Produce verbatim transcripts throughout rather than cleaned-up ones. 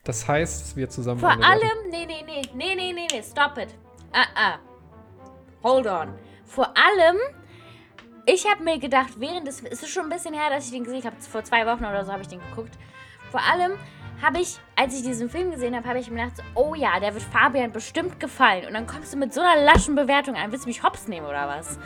Das heißt, dass wir zusammen... Vor allem, nee, nee, nee, nee, nee, nee, nee, stop it. Ah, ah. Hold on. Vor allem, ich habe mir gedacht, während des, es ist schon ein bisschen her, dass ich den gesehen habe, vor zwei Wochen oder so habe ich den geguckt. Vor allem habe ich, als ich diesen Film gesehen habe, habe ich mir gedacht, oh ja, der wird Fabian bestimmt gefallen. Und dann kommst du mit so einer laschen Bewertung an. Willst du mich hops nehmen oder was?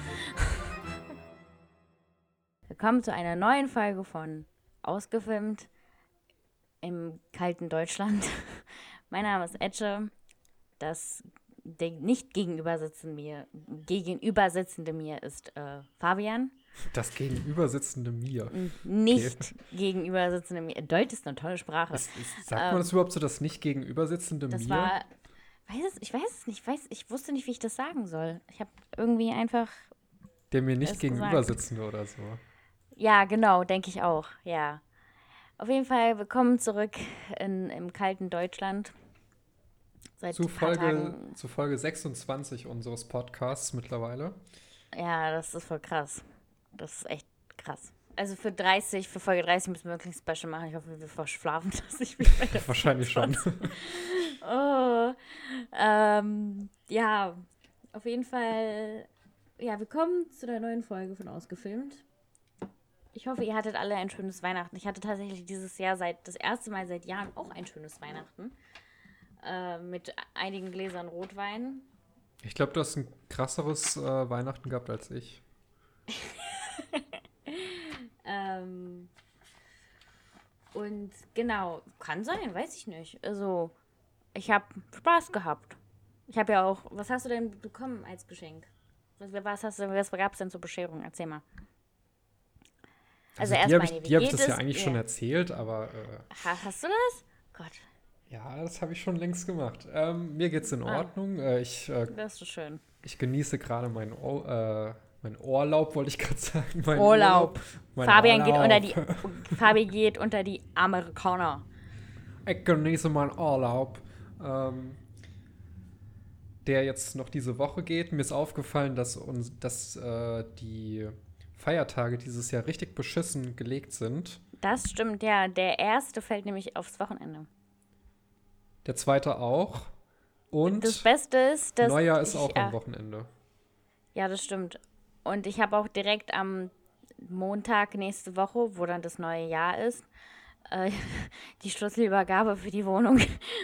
Willkommen zu einer neuen Folge von Ausgefilmt im kalten Deutschland. Mein Name ist Etsche. Das der nicht gegenübersitzende mir, gegenübersitzende mir ist äh, Fabian. Das gegenübersitzende mir. Nicht okay. gegenübersitzende mir. Deutsch ist eine tolle Sprache. Es, es, sagt ähm, man das überhaupt so, das nicht gegenübersitzende das mir? War, weiß es, ich weiß es nicht. Weiß, ich wusste nicht, wie ich das sagen soll. Ich habe irgendwie einfach... Der mir nicht gegenübersitzende oder so. Ja, genau, denke ich auch, ja. Auf jeden Fall, willkommen zurück in, im kalten Deutschland. Seit zu, Folge, zu Folge sechsundzwanzig unseres Podcasts mittlerweile. Ja, das ist voll krass. Das ist echt krass. Also für dreißig, für Folge dreißig müssen wir wirklich ein Special machen. Ich hoffe, wir verschlafen das nicht mehr. Wahrscheinlich schon. oh, ähm, ja, auf jeden Fall, ja, willkommen zu der neuen Folge von Ausgefilmt. Ich hoffe, ihr hattet alle ein schönes Weihnachten. Ich hatte tatsächlich dieses Jahr seit das erste Mal seit Jahren auch ein schönes Weihnachten. Äh, mit einigen Gläsern Rotwein. Ich glaube, du hast ein krasseres äh, Weihnachten gehabt als ich. ähm, und genau, kann sein, weiß ich nicht. Also, ich habe Spaß gehabt. Ich habe ja auch, was hast du denn bekommen als Geschenk? Was, was, hast du, was gab es denn zur Bescherung? Erzähl mal. Also, also erstmal, dir habe ich das ja eigentlich ja. schon erzählt, aber... Äh, ha, hast du das? Gott. Ja, das habe ich schon längst gemacht. Ähm, mir geht's in Ordnung. Ah, äh, ich, äh, das ist so schön. Ich genieße gerade meinen oh, äh, mein Urlaub, wollte ich gerade sagen. Mein Urlaub. Urlaub. Mein Fabian Urlaub. geht unter die Fabi geht unter die Amerikaner. Ich genieße meinen Urlaub. Ähm, der jetzt noch diese Woche geht. Mir ist aufgefallen, dass, uns, dass äh, die Feiertage dieses Jahr richtig beschissen gelegt sind. Das stimmt, ja. Der erste fällt nämlich aufs Wochenende. Der zweite auch. Und das Beste ist, dass Neujahr ist ich, auch äh, am Wochenende. Ja, das stimmt. Und ich habe auch direkt am Montag nächste Woche, wo dann das neue Jahr ist, äh, die Schlüsselübergabe für die Wohnung.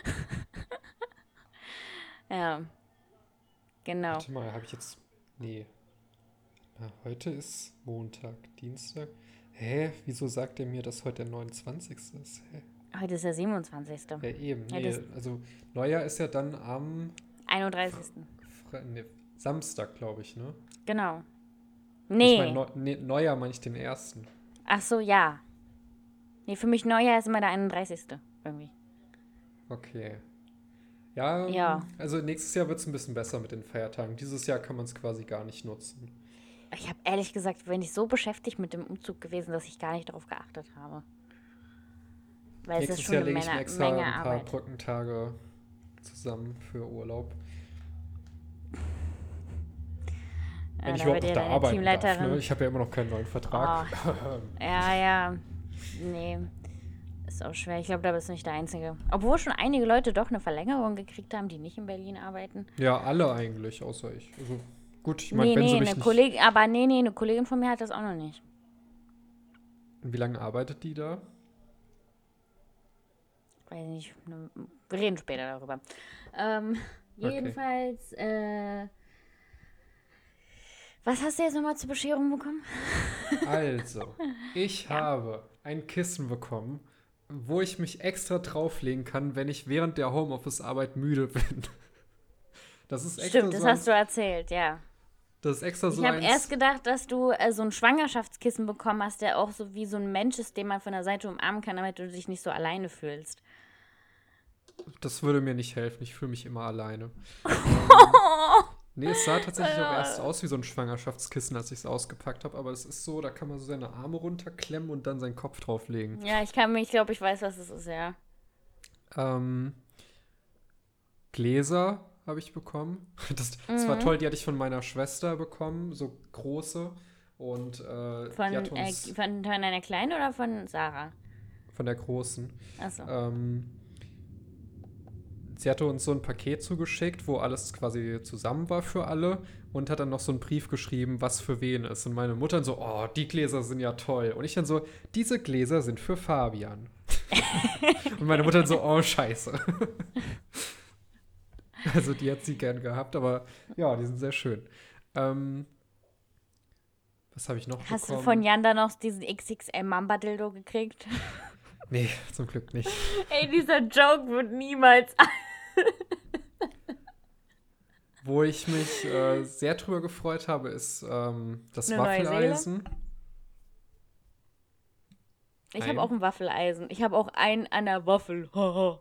Ja, genau. Warte mal, habe ich jetzt... Nee. Na, heute ist Montag, Dienstag. Hä? Wieso sagt er mir, dass heute der neunundzwanzigste ist? Hä? Heute ist der siebenundzwanzigste Ja, eben. Nee, also Neujahr ist ja dann am... einunddreißigsten Fre- nee, Samstag, glaube ich, ne? Genau. Nee. Ich mein, Neu- nee. Neujahr meine ich den ersten. Ach so, ja. Nee, für mich Neujahr ist immer der einunddreißigste irgendwie. Okay. Ja, ja. Also nächstes Jahr wird es ein bisschen besser mit den Feiertagen. Dieses Jahr kann man es quasi gar nicht nutzen. Ich habe ehrlich gesagt, bin ich so beschäftigt mit dem Umzug gewesen, dass ich gar nicht darauf geachtet habe. Weil Nächstes es ist schon Jahr eine lege ich Menge, mir extra Menge ein paar Arbeit. Brückentage zusammen für Urlaub. Wenn ja, ich überhaupt noch da arbeiten darf, ne? Ich habe ja immer noch keinen neuen Vertrag. Oh. ja, ja. Nee. Ist auch schwer. Ich glaube, da bist du nicht der Einzige. Obwohl schon einige Leute doch eine Verlängerung gekriegt haben, die nicht in Berlin arbeiten. Ja, alle eigentlich, außer ich. Also gut, ich meine, nee, wenn nee, sie mich eine nicht... Kollegin, aber nee, nee, eine Kollegin von mir hat das auch noch nicht. Und wie lange arbeitet die da? Weiß nicht. Ne, wir reden später darüber. Ähm, jedenfalls, okay. äh, was hast du jetzt nochmal zur Bescherung bekommen? Also, ich ja. habe ein Kissen bekommen, wo ich mich extra drauflegen kann, wenn ich während der Homeoffice-Arbeit müde bin. Das ist extra Stimmt, das so hast du erzählt, ja. Das ist extra so Ich habe erst gedacht, dass du äh, so ein Schwangerschaftskissen bekommen hast, der auch so wie so ein Mensch ist, den man von der Seite umarmen kann, damit du dich nicht so alleine fühlst. Das würde mir nicht helfen. Ich fühle mich immer alleine. ähm, nee, es sah tatsächlich auch erst aus wie so ein Schwangerschaftskissen, als ich es ausgepackt habe. Aber es ist so, da kann man so seine Arme runterklemmen und dann seinen Kopf drauflegen. Ja, ich kann mich, ich glaube, ich weiß, was es ist, ja. Ähm, Gläser habe ich bekommen. Das, das mhm. war toll, die hatte ich von meiner Schwester bekommen, so große. Und äh, von, die hat uns äh, von, von deiner Kleinen oder von Sarah? Von der Großen. Ach so. Ähm, sie hatte uns so ein Paket zugeschickt, wo alles quasi zusammen war für alle und hat dann noch so einen Brief geschrieben, was für wen ist. Und meine Mutter dann so, oh, die Gläser sind ja toll. Und ich dann so, diese Gläser sind für Fabian. Und meine Mutter dann so, oh, scheiße. Also die hat sie gern gehabt, aber ja, die sind sehr schön. Ähm, was habe ich noch Hast bekommen? du von Jan dann noch diesen X X L Mamba-Dildo gekriegt? Nee, zum Glück nicht. Ey, dieser Joke wird niemals. Wo ich mich äh, sehr drüber gefreut habe, ist ähm, das Eine neue Waffeleisen. Ich Ein. habe auch ein Waffeleisen. Ich habe auch einen an der Waffel. Oh,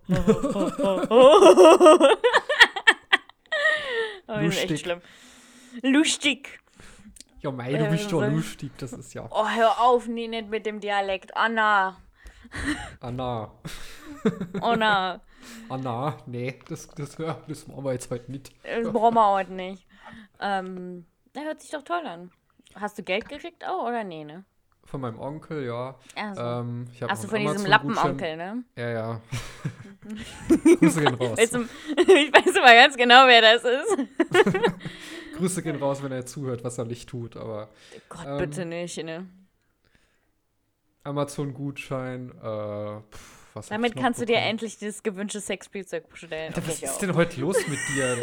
das ist echt Lustig. schlimm. Lustig. Ja, mei, du Äh, bist doch was? lustig, das ist ja. Oh, hör auf, nee, nicht mit dem Dialekt. Anna. Anna. Anna. Anna, nee, das, das, ja, das machen wir jetzt heute nicht. Das brauchen wir heute nicht. Ähm, das hört sich doch toll an. Hast du Geld gekriegt auch, oder nee, ne? Von meinem Onkel, ja. Ach so. Ähm, ich hab Achso, noch von einen diesem Amazon-Gutschein. Lappenonkel, ne? Ja, ja. Grüße gehen raus. Weißt du, ich weiß immer ganz genau, wer das ist. Grüße gehen raus, wenn er zuhört, was er nicht tut, aber Gott, Ähm, bitte nicht, ne? Amazon-Gutschein, äh, pff, was hab Damit ich noch kannst du dir bekommen? endlich dieses gewünschte Sexspielzeug bestellen. Alter, Und was ich ist auch. denn heute los mit dir?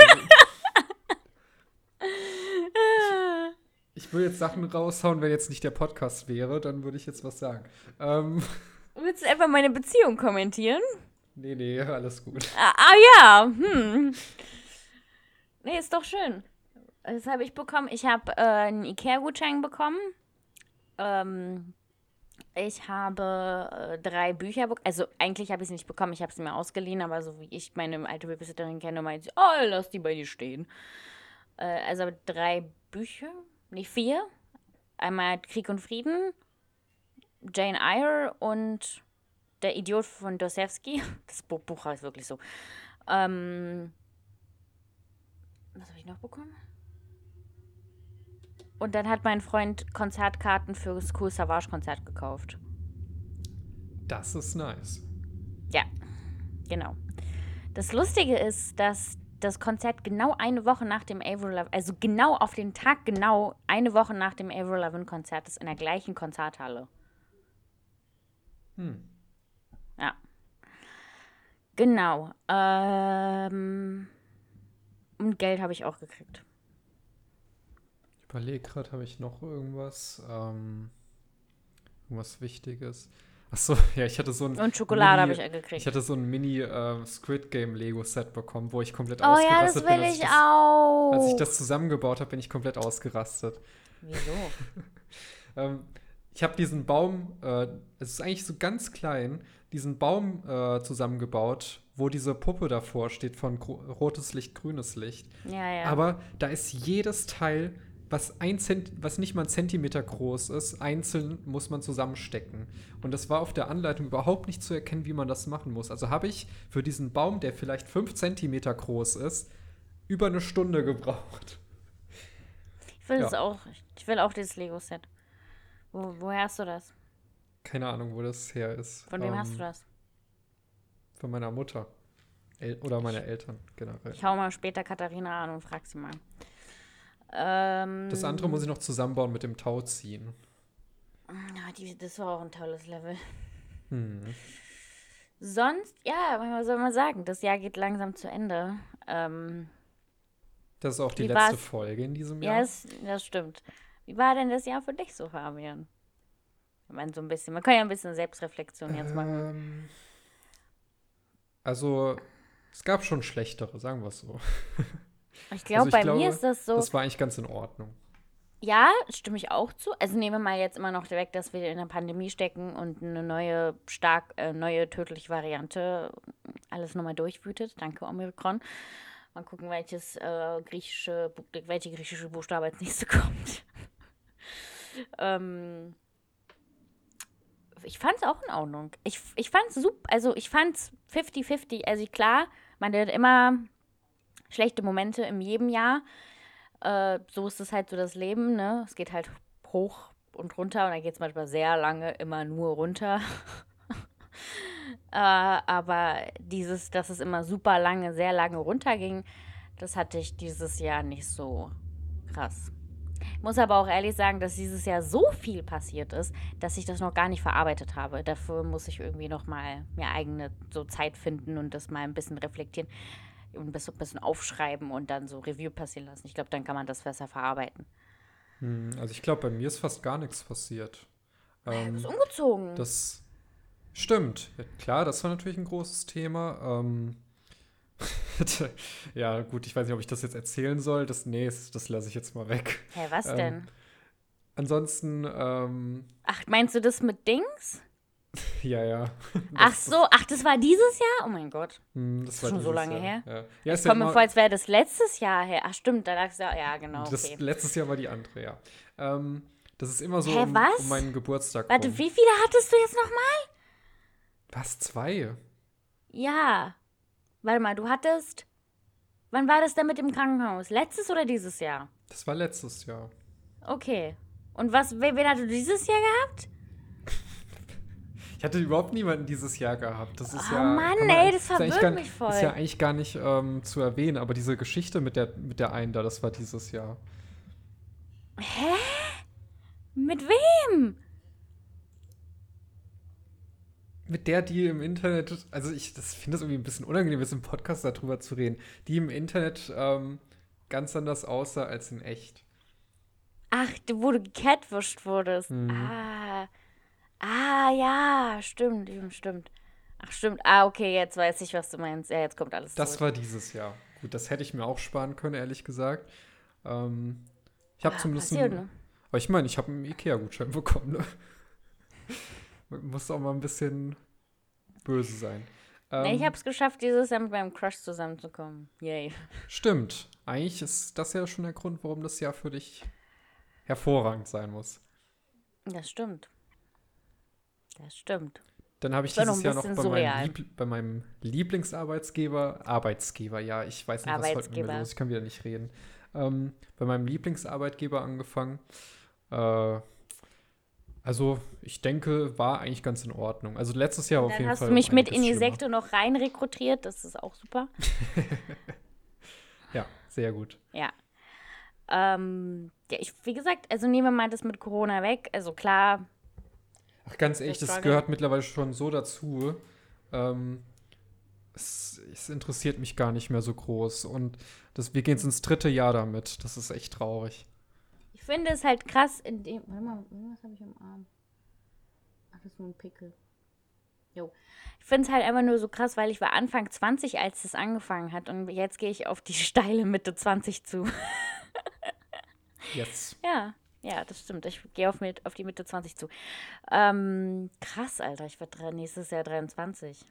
Ich will jetzt Sachen raushauen, wenn jetzt nicht der Podcast wäre, dann würde ich jetzt was sagen. Ähm, Willst du etwa meine Beziehung kommentieren? nee, nee, alles gut. Ah, ah ja, hm. Nee, ist doch schön. Das habe ich bekommen. Ich habe äh, einen Ikea-Gutschein bekommen. Ähm, ich habe äh, drei Bücher bekommen. Also eigentlich habe ich sie nicht bekommen, ich habe sie mir ausgeliehen, aber so wie ich meine alte Babysitterin kenne, meinte sie, oh, lass die bei dir stehen. Äh, also drei Bücher, nee, vier. Einmal Krieg und Frieden, Jane Eyre und Der Idiot von Dostoevsky. Das Bu- Buch heißt wirklich so. Ähm, was habe ich noch bekommen? Und dann hat mein Freund Konzertkarten für das Cool Savage Konzert gekauft. Das ist nice. Ja, genau. Das Lustige ist, dass das Konzert genau eine Woche nach dem Avril Lavigne, also genau auf den Tag genau eine Woche nach dem Avril Lavigne Konzert ist in der gleichen Konzerthalle. Hm. Ja. Genau. Ähm, und Geld habe ich auch gekriegt. Ich überlege gerade, habe ich noch irgendwas, ähm, irgendwas Wichtiges? Achso, ja, ich hatte so ein Und Schokolade habe Mini, ich auch gekriegt. ich hatte so ein Mini äh, Squid Game Lego Set bekommen, wo ich komplett Oh ja, das ausgerastet will bin. als ich das, auch. Als ich das zusammengebaut habe, bin ich komplett ausgerastet. Wieso? Ähm, ich habe diesen Baum, äh, es ist eigentlich so ganz klein, diesen Baum äh, zusammengebaut, wo diese Puppe davor steht von gro- rotes Licht, grünes Licht. Ja, ja. Aber da ist jedes Teil, was, ein Zent was nicht mal ein Zentimeter groß ist, einzeln muss man zusammenstecken. Und das war auf der Anleitung überhaupt nicht zu erkennen, wie man das machen muss. Also habe ich für diesen Baum, der vielleicht fünf Zentimeter groß ist, über eine Stunde gebraucht. Ich will Ja. das auch. Ich will auch dieses Lego-Set. Wo, woher hast du das? Keine Ahnung, wo das her ist. Von wem Ähm, hast du das? Von meiner Mutter. El oder meiner Eltern generell. Ich hau mal später Katharina an und frag sie mal. Ähm, Das andere muss ich noch zusammenbauen mit dem Tauziehen. Ja, die, das war auch ein tolles Level. Hm. Sonst, ja, was soll man sagen? Das Jahr geht langsam zu Ende. Ähm, Das ist auch die Wie letzte war's? Folge in diesem ja, Jahr. das, das stimmt. Wie war denn das Jahr für dich so, Fabian? Ich meine, so ein bisschen. Man kann ja ein bisschen Selbstreflexion jetzt machen. Ähm, also, es gab schon schlechtere, sagen wir es so. Ich glaube, ich bei glaube, mir ist das so. Das war eigentlich ganz in Ordnung. Ja, stimme ich auch zu. Also nehmen wir mal jetzt immer noch weg, dass wir in der Pandemie stecken und eine neue, stark, äh, neue tödliche Variante alles nochmal durchwütet. Danke, Omikron. Mal gucken, welches äh, griechische, Bu- welche griechische Buchstabe als nächste kommt. ähm, ich fand es auch in Ordnung. Ich, ich fand es super, also ich fand es fifty fifty. Also klar, man hat immer schlechte Momente in jedem Jahr. Äh, so ist es halt so das Leben, ne? Es geht halt hoch und runter und dann geht es manchmal sehr lange immer nur runter. Äh, aber dieses, dass es immer super lange, sehr lange runterging, das hatte ich dieses Jahr nicht so krass. Ich muss aber auch ehrlich sagen, dass dieses Jahr so viel passiert ist, dass ich das noch gar nicht verarbeitet habe. Dafür muss ich irgendwie noch mal mir eigene so Zeit finden und das mal ein bisschen reflektieren und ein bisschen, ein bisschen aufschreiben und dann so Review passieren lassen. Ich glaube, dann kann man das besser verarbeiten. Hm, also ich glaube, bei mir ist fast gar nichts passiert. Du bist Ähm, umgezogen. das stimmt. Ja, klar, das war natürlich ein großes Thema. Ähm, ja, gut, ich weiß nicht, ob ich das jetzt erzählen soll. Das, nee, das, das lasse ich jetzt mal weg. Hä, was Ähm, denn? ansonsten, ähm, Ach, meinst du das mit Dings? ja, ja. Ach Das, so, das, ach, das war dieses Jahr? Oh mein Gott. hm, Das das ist war schon so dieses lange Jahr. her. Ja, ja Ich ist ja komme mir vor, immer. als wäre das letztes Jahr her. Ach, stimmt, da lag's ja. Ja, genau, Das okay. letztes Jahr war die andere, ja. Ähm, das ist immer so Hä, um, um was? meinen Geburtstag Warte, rum. wie viele hattest du jetzt nochmal? Was? Zwei? Ja. Warte mal, du hattest. Wann war das denn mit dem Krankenhaus? Letztes oder dieses Jahr? Das war letztes Jahr. Okay. Und was, wen, wen hattest du dieses Jahr gehabt? Ich hatte überhaupt niemanden dieses Jahr gehabt. Das ist Oh ja, Mann, kann man, ey, eigentlich- das ist ja eigentlich verwirrt gar, mich voll. ist ja eigentlich gar nicht ähm, zu erwähnen, aber diese Geschichte mit der, mit der einen da, das war dieses Jahr. Hä? Mit wem? Mit der, die im Internet, also ich das finde das irgendwie ein bisschen unangenehm, jetzt im Podcast darüber zu reden, die im Internet ähm, ganz anders aussah als in echt. Ach, du- wo du gecatwashed wurdest. Hm. Ah. Ah, ja, stimmt, stimmt, stimmt. Ach, stimmt. Ah, okay, jetzt weiß ich, was du meinst. Ja, jetzt kommt alles Das zurück. war dieses Jahr. Gut, das hätte ich mir auch sparen können, ehrlich gesagt. Ähm, ich habe Ah, zumindest passiert, einen, ne? aber ich meine, ich habe einen Ikea-Gutschein bekommen, ne? Man muss auch mal ein bisschen böse sein. Ne, ich Ähm, hab's geschafft, dieses Jahr mit meinem Crush zusammenzukommen. Yay. stimmt. Eigentlich ist das ja schon der Grund, warum das Jahr für dich hervorragend sein muss. Das stimmt. Das stimmt. Dann habe ich Das war noch dieses ein Jahr noch bisschen bei meinem, surreal. Liebl bei meinem Lieblingsarbeitsgeber, Arbeitsgeber, ja, ich weiß nicht, was heute mit mir Arbeitsgeber. los ist, ich kann wieder nicht reden. Ähm, bei meinem Lieblingsarbeitgeber angefangen. Äh, also, ich denke, war eigentlich ganz in Ordnung. Also, letztes Jahr auf Dann jeden hast Fall du mich um mit in einiges die schlimmer. Sekte noch rein rekrutiert. Das ist auch super. Ja, sehr gut. Ja. Ähm, ja, ich, wie gesagt, also nehmen wir mal das mit Corona weg. Also klar, Ach, ganz der ehrlich, das Struggle. gehört mittlerweile schon so dazu. Ähm, es, es interessiert mich gar nicht mehr so groß. Und das, wir gehen jetzt ins dritte Jahr damit. Das ist echt traurig. Ich finde es halt krass, in dem. Warte mal, was habe ich am Arm? Ach, das ist nur ein Pickel. Jo. Ich finde es halt einfach nur so krass, weil ich war Anfang zwanzig, als das angefangen hat. Und jetzt gehe ich auf die steile Mitte zwanzig zu. Jetzt. Ja, ja, das stimmt. Ich gehe auf, mit, auf die Mitte zwanzig zu. Ähm, krass, Alter. Ich werde nächstes Jahr dreiundzwanzig.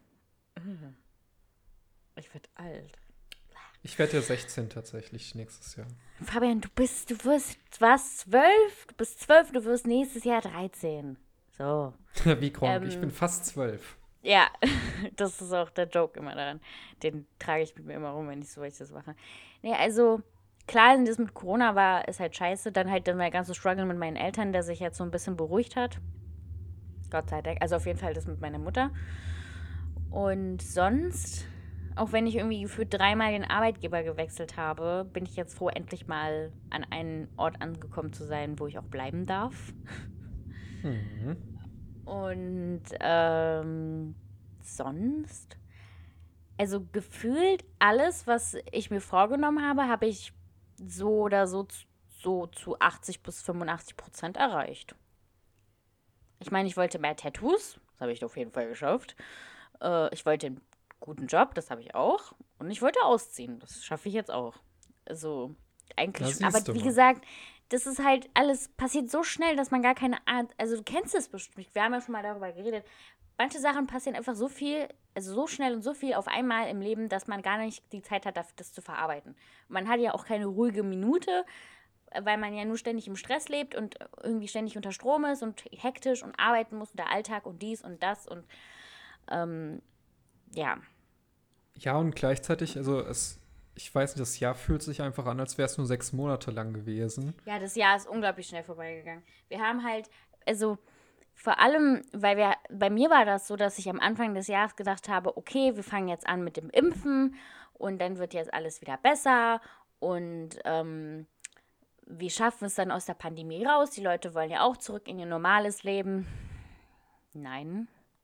Ich werde alt. Ich werde ja sechzehn tatsächlich nächstes Jahr. Fabian, du bist, du wirst, was, zwölf? Du bist zwölf, du wirst nächstes Jahr dreizehn. So. Wie Gronk, ich Ähm, bin fast zwölf. Ja, das ist auch der Joke immer daran. Den trage ich mit mir immer rum, wenn ich so wenn ich das mache. Nee, also, klar, das mit Corona war, ist halt scheiße. Dann halt dann mein ganzes Struggle mit meinen Eltern, der sich jetzt so ein bisschen beruhigt hat. Gott sei Dank. Also auf jeden Fall das mit meiner Mutter. Und sonst, auch wenn ich irgendwie gefühlt dreimal den Arbeitgeber gewechselt habe, bin ich jetzt froh, endlich mal an einen Ort angekommen zu sein, wo ich auch bleiben darf. Mhm. Und ähm, sonst, also gefühlt alles, was ich mir vorgenommen habe, habe ich so oder so, zu- so zu achtzig bis fünfundachtzig Prozent erreicht. Ich meine, ich wollte mehr Tattoos, das habe ich auf jeden Fall geschafft. Äh, ich wollte einen guten Job, das habe ich auch. Und ich wollte ausziehen, das schaffe ich jetzt auch. Also eigentlich, Na, aber siehst du wie mal. gesagt, das ist halt alles passiert so schnell, dass man gar keine Art, also du kennst es bestimmt nicht, wir haben ja schon mal darüber geredet. Manche Sachen passieren einfach so viel, also so schnell und so viel auf einmal im Leben, dass man gar nicht die Zeit hat, das das zu verarbeiten. Und man hat ja auch keine ruhige Minute, weil man ja nur ständig im Stress lebt und irgendwie ständig unter Strom ist und hektisch und arbeiten muss und der Alltag und dies und das und ähm, ja. Ja, und gleichzeitig, also es, ich weiß nicht, das Jahr fühlt sich einfach an, als wäre es nur sechs Monate lang gewesen. Ja, das Jahr ist unglaublich schnell vorbeigegangen. Wir haben halt, also Vor allem, weil wir, bei mir war das so, dass ich am Anfang des Jahres gedacht habe, okay, wir fangen jetzt an mit dem Impfen und dann wird jetzt alles wieder besser und ähm, wir schaffen es dann aus der Pandemie raus. Die Leute wollen ja auch zurück in ihr normales Leben. Nein.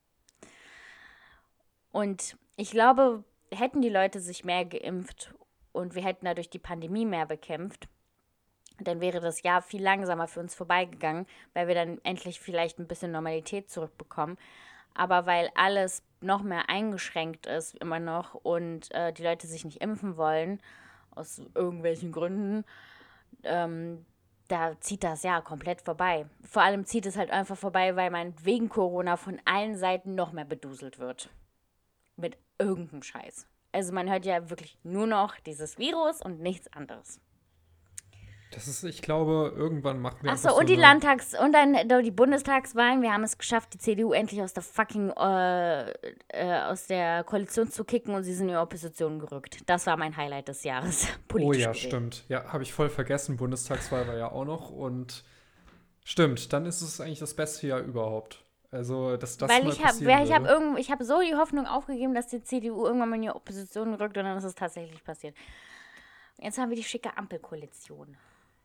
Und ich glaube, hätten die Leute sich mehr geimpft und wir hätten dadurch die Pandemie mehr bekämpft, dann wäre das Jahr viel langsamer für uns vorbeigegangen, weil wir dann endlich vielleicht ein bisschen Normalität zurückbekommen. Aber weil alles noch mehr eingeschränkt ist, immer noch, und äh, die Leute sich nicht impfen wollen, aus irgendwelchen Gründen, ähm, da zieht das Jahr komplett vorbei. Vor allem zieht es halt einfach vorbei, weil man wegen Corona von allen Seiten noch mehr beduselt wird. Mit irgendeinem Scheiß. Also man hört ja wirklich nur noch dieses Virus und nichts anderes. Das ist, ich glaube, irgendwann machen wir Achso, einfach so und die eine- Landtags- und dann äh, die Bundestagswahlen. Wir haben es geschafft, die C D U endlich aus der fucking, äh, äh, aus der Koalition zu kicken und sie sind in die Opposition gerückt. Das war mein Highlight des Jahres, Oh politisch ja, gesehen. stimmt. Ja, habe ich voll vergessen. Bundestagswahl war ja auch noch. Und stimmt, dann ist es eigentlich das beste Jahr überhaupt. Also, dass das Weil mal ich habe passieren ich hab würde. irgend, ich hab so die Hoffnung aufgegeben, dass die C D U irgendwann mal in die Opposition rückt und dann ist es tatsächlich passiert. Jetzt haben wir die schicke Ampelkoalition.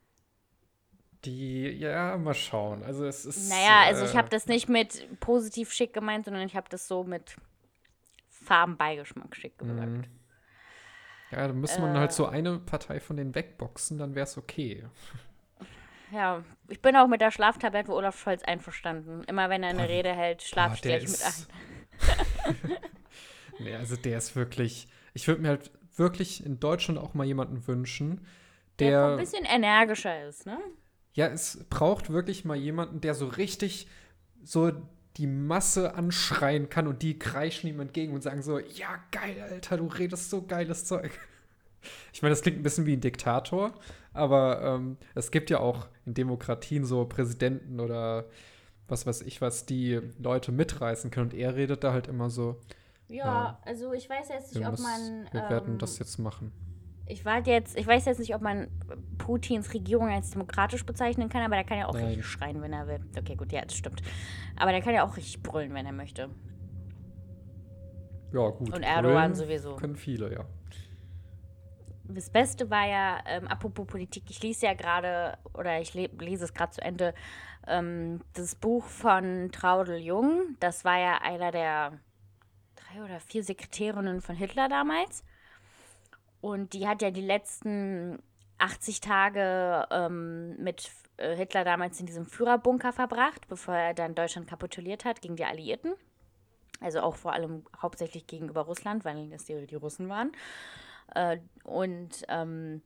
Die, ja, mal schauen. Also, es ist. Naja, also ich äh, habe das nicht mit positiv schick gemeint, sondern ich habe das so mit Farbenbeigeschmack schick gesagt. mh. Ja, da müsste man halt so eine Partei von denen wegboxen, dann wäre es okay. Ja, ich bin auch mit der Schlaftablette Olaf Scholz einverstanden. Immer wenn er eine Boah, Rede hält, schlafe Boah, ich der gleich mit ist. ein. Nee, also der ist wirklich. Ich würde mir halt wirklich in Deutschland auch mal jemanden wünschen, Der ein der. bisschen energischer ist, ne? Ja, es braucht wirklich mal jemanden, der so richtig so die Masse anschreien kann und die kreischen ihm entgegen und sagen so, ja, geil, Alter, du redest so geiles Zeug. Ich meine, das klingt ein bisschen wie ein Diktator, aber ähm, es gibt ja auch in Demokratien so Präsidenten oder was weiß ich was, die Leute mitreißen können und er redet da halt immer so, Ja, Ja. also ich weiß jetzt wir, nicht, ob müssen, man. wir werden ähm, das jetzt machen. Ich warte jetzt, ich weiß jetzt nicht, ob man Putins Regierung als demokratisch bezeichnen kann, aber der kann ja auch Nein. richtig schreien, wenn er will. Okay, gut, ja, das stimmt. Aber der kann ja auch richtig brüllen, wenn er möchte. Ja, gut. Und Erdogan brüllen sowieso. Können viele, ja. Das Beste war ja, ähm, apropos Politik, ich lese ja gerade, oder ich le lese es gerade zu Ende, ähm, das Buch von Traudl Jung. Das war ja einer der drei oder vier Sekretärinnen von Hitler damals. Und die hat ja die letzten achtzig Tage ähm, mit äh, Hitler damals in diesem Führerbunker verbracht, bevor er dann Deutschland kapituliert hat gegen die Alliierten. Also auch vor allem hauptsächlich gegenüber Russland, weil das die, die Russen waren. Äh, und ähm,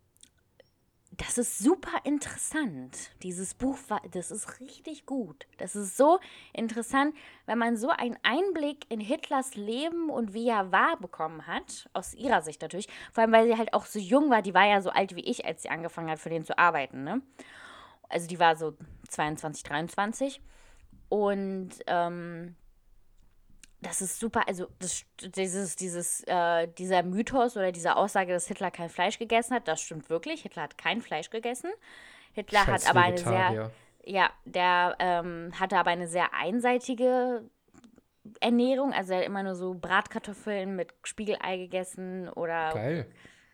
das ist super interessant. Dieses Buch, war, das ist richtig gut. Das ist so interessant, wenn man so einen Einblick in Hitlers Leben und wie er war bekommen hat, aus ihrer Sicht natürlich. Vor allem, weil sie halt auch so jung war. Die war ja so alt wie ich, als sie angefangen hat, für den zu arbeiten. Ne? Also die war so zweiundzwanzig, dreiundzwanzig. Und ähm, das ist super, also das, dieses, dieses, äh, dieser Mythos oder diese Aussage, dass Hitler kein Fleisch gegessen hat, das stimmt wirklich. Hitler hat kein Fleisch gegessen. Hitler Scheiß hat aber eine sehr, Vegetarier. ja, der ähm, hatte aber eine sehr einseitige Ernährung. Also er hat immer nur so Bratkartoffeln mit Spiegelei gegessen oder Geil.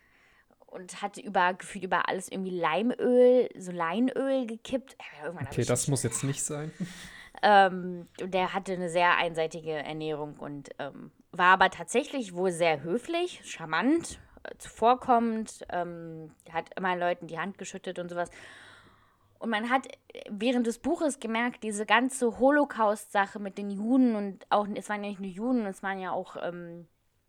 und hatte über, gefühlt über alles irgendwie Leimöl, so Leinöl gekippt. Ja, irgendwann hab Okay, ich- das muss jetzt nicht sein. Ähm, und der hatte eine sehr einseitige Ernährung und ähm, war aber tatsächlich wohl sehr höflich, charmant, äh, zuvorkommend, ähm, hat immer Leuten die Hand geschüttet und sowas. Und man hat während des Buches gemerkt, diese ganze Holocaust-Sache mit den Juden und auch, es waren ja nicht nur Juden, es waren ja auch ähm,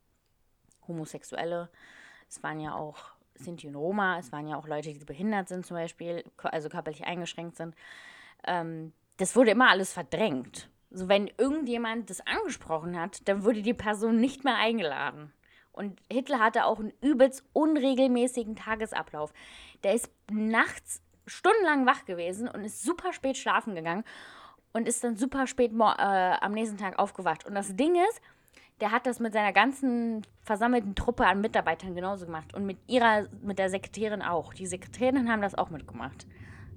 Homosexuelle, es waren ja auch Sinti und Roma, es waren ja auch Leute, die behindert sind zum Beispiel, ko- also körperlich eingeschränkt sind. Ähm, das wurde immer alles verdrängt. So, wenn irgendjemand das angesprochen hat, dann wurde die Person nicht mehr eingeladen. Und Hitler hatte auch einen übelst unregelmäßigen Tagesablauf. Der ist nachts stundenlang wach gewesen und ist super spät schlafen gegangen und ist dann super spät mo- äh, am nächsten Tag aufgewacht. Und das Ding ist, der hat das mit seiner ganzen versammelten Truppe an Mitarbeitern genauso gemacht. Und mit ihrer, mit der Sekretärin auch. Die Sekretärinnen haben das auch mitgemacht.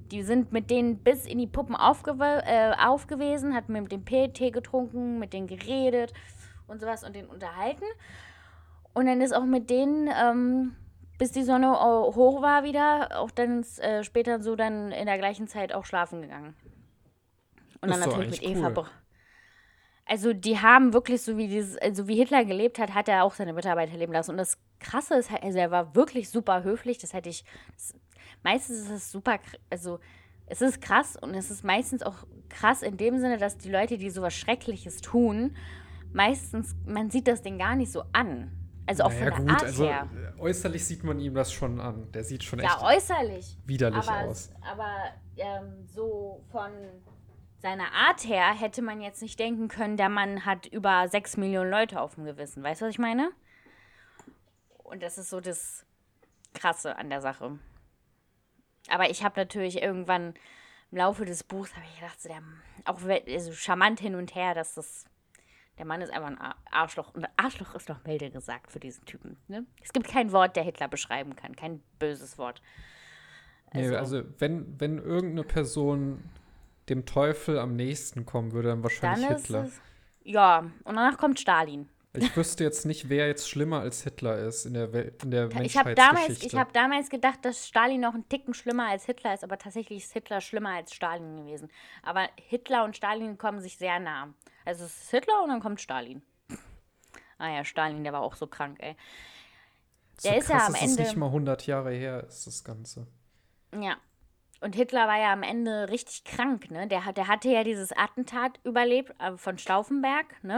Die sind mit denen bis in die Puppen aufgew- äh, aufgewesen, hat mit dem Tee getrunken, mit denen geredet und sowas und den unterhalten. Und dann ist auch mit denen, ähm, bis die Sonne au- hoch war wieder, auch dann äh, später so dann in der gleichen Zeit auch schlafen gegangen. Und dann Ist doch natürlich mit eigentlich Eva. cool. Br- Also die haben wirklich, so wie dieses, also wie Hitler gelebt hat, hat er auch seine Mitarbeiter leben lassen. Und das Krasse ist, also er war wirklich super höflich. Das hätte ich, das, meistens ist es super, kr- also es ist krass und es ist meistens auch krass in dem Sinne, dass die Leute, die sowas Schreckliches tun, meistens, man sieht das denen gar nicht so an. Also auch Naja, von der gut, Art also her. äh, äußerlich sieht man ihm das schon an. Der sieht schon Ja, echt äußerlich. widerlich Aber, aus. aber ähm, so von seiner Art her hätte man jetzt nicht denken können, der Mann hat über sechs Millionen Leute auf dem Gewissen. Weißt du, was ich meine? Und das ist so das Krasse an der Sache. Aber ich habe natürlich irgendwann im Laufe des Buchs, habe ich gedacht, so der, auch we- also charmant hin und her, dass das, der Mann ist einfach ein Ar- Arschloch. Und Arschloch ist doch milde gesagt für diesen Typen. Ne? Es gibt kein Wort, der Hitler beschreiben kann. Kein böses Wort. Nee, Also, also wenn, wenn irgendeine Person dem Teufel am nächsten kommen würde, dann dann wahrscheinlich ist Hitler. es. Ja, und danach kommt Stalin. Ich wüsste jetzt nicht, wer jetzt schlimmer als Hitler ist in der, Welt, in der Ich habe damals, ich Menschheitsgeschichte. hab damals gedacht, dass Stalin noch einen Ticken schlimmer als Hitler ist, aber tatsächlich ist Hitler schlimmer als Stalin gewesen. Aber Hitler und Stalin kommen sich sehr nah. Also es ist Hitler und dann kommt Stalin. Ah ja, Stalin, der war auch so krank, ey. So Der ist ja krass am ist es nicht Ende, mal hundert Jahre her, ist das Ganze. ja. Und Hitler war ja am Ende richtig krank, ne? Der, hat- der hatte ja dieses Attentat überlebt äh, von Stauffenberg, ne?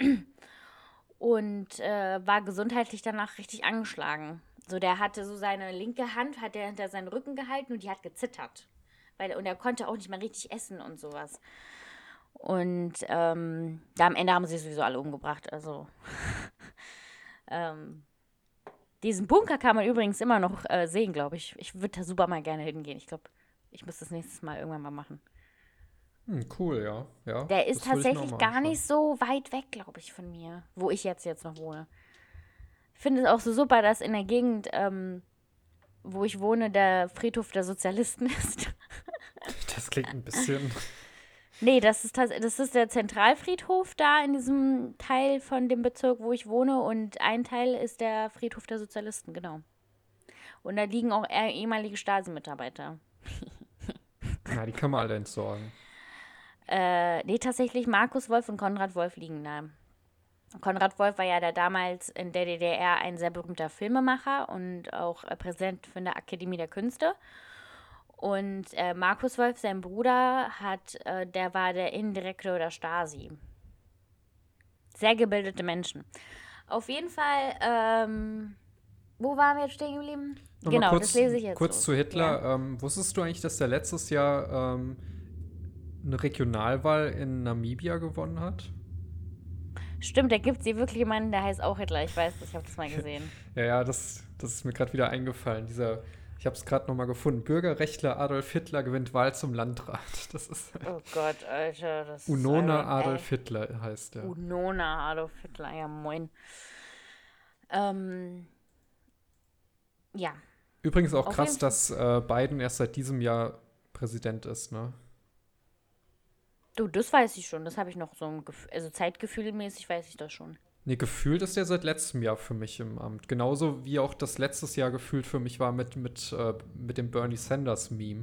Und äh, war gesundheitlich danach richtig angeschlagen. So, der hatte so seine linke Hand, hat er hinter seinen Rücken gehalten und die hat gezittert. Weil, und er konnte auch nicht mehr richtig essen und sowas. Und ähm, da am Ende haben sie sowieso alle umgebracht. Also, ähm, diesen Bunker kann man übrigens immer noch äh, sehen, glaube ich. Ich würde da super mal gerne hingehen. Ich glaube, ich muss das nächstes Mal irgendwann mal machen. Hm, cool, ja. Ja, Der ist das will ich mir auch tatsächlich mal gar anschauen. nicht so weit weg, glaube ich, von mir, wo ich jetzt jetzt noch wohne. Ich finde es auch so super, dass in der Gegend, ähm, wo ich wohne, der Friedhof der Sozialisten ist. Das klingt ein bisschen. Nee, das ist, tats- das ist der Zentralfriedhof da in diesem Teil von dem Bezirk, wo ich wohne. Und ein Teil ist der Friedhof der Sozialisten, genau. Und da liegen auch eh- ehemalige Stasi-Mitarbeiter. Na, die kann man alle entsorgen. Äh, nee, tatsächlich Markus Wolf und Konrad Wolf liegen da. Konrad Wolf war ja der damals in der D D R ein sehr berühmter Filmemacher und auch äh, Präsident von der Akademie der Künste. Und äh, Markus Wolf, sein Bruder, hat, äh, der war der Innendirektor der Stasi. Sehr gebildete Menschen. Auf jeden Fall, ähm, wo waren wir jetzt stehen geblieben? Nochmal Genau, das kurz, lese ich jetzt kurz los. zu Ja. Hitler. Ähm, wusstest du eigentlich, dass der letztes Jahr ähm, eine Regionalwahl in Namibia gewonnen hat? Stimmt, da gibt es hier wirklich jemanden, der heißt auch Hitler. Ich weiß, ich habe das mal gesehen. Ja, ja, das, das ist mir gerade wieder eingefallen. Dieser, ich habe es gerade nochmal gefunden. Bürgerrechtler Adolf Hitler gewinnt Wahl zum Landrat. Das ist Oh Gott, Alter, das ist Unona einfach, ey. Adolf Hitler heißt der. Unona Adolf Hitler, ja moin. Ähm, ja, Übrigens auch auf krass, jeden Fall. dass äh, Biden erst seit diesem Jahr Präsident ist, ne? Du, das weiß ich schon. Das habe ich noch so ein Gefühl, also zeitgefühlmäßig weiß ich das schon. Nee, gefühlt ist der seit letztem Jahr für mich im Amt. Genauso wie auch das letztes Jahr gefühlt für mich war mit, mit, äh, mit dem Bernie Sanders-Meme.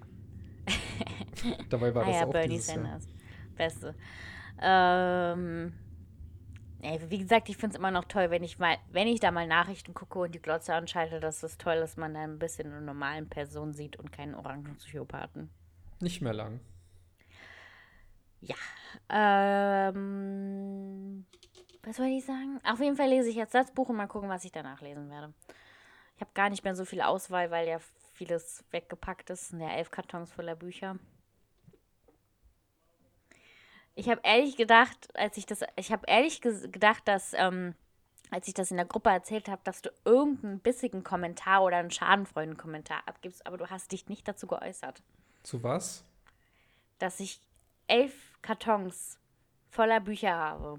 Dabei war Ah das ja, auch Bernie dieses Jahr. Sanders. Beste. Ähm, ey, wie gesagt, ich finde es immer noch toll, wenn ich mal, wenn ich da mal Nachrichten gucke und die Glotze anschalte, dass es toll, dass man da ein bisschen eine normalen Person sieht und keinen Orangenpsychopathen. Nicht mehr lang. Ja. Ähm, was soll ich sagen? Auf jeden Fall lese ich jetzt das Buch und mal gucken, was ich danach lesen werde. Ich habe gar nicht mehr so viel Auswahl, weil ja vieles weggepackt ist. Es sind ja elf Kartons voller Bücher. Ich habe ehrlich gedacht, als ich das, ich habe ehrlich ges- gedacht, dass, ähm, als ich das in der Gruppe erzählt habe, dass du irgendeinen bissigen Kommentar oder einen Schadenfreunden-Kommentar abgibst, aber du hast dich nicht dazu geäußert, Zu was? dass ich elf Kartons voller Bücher habe.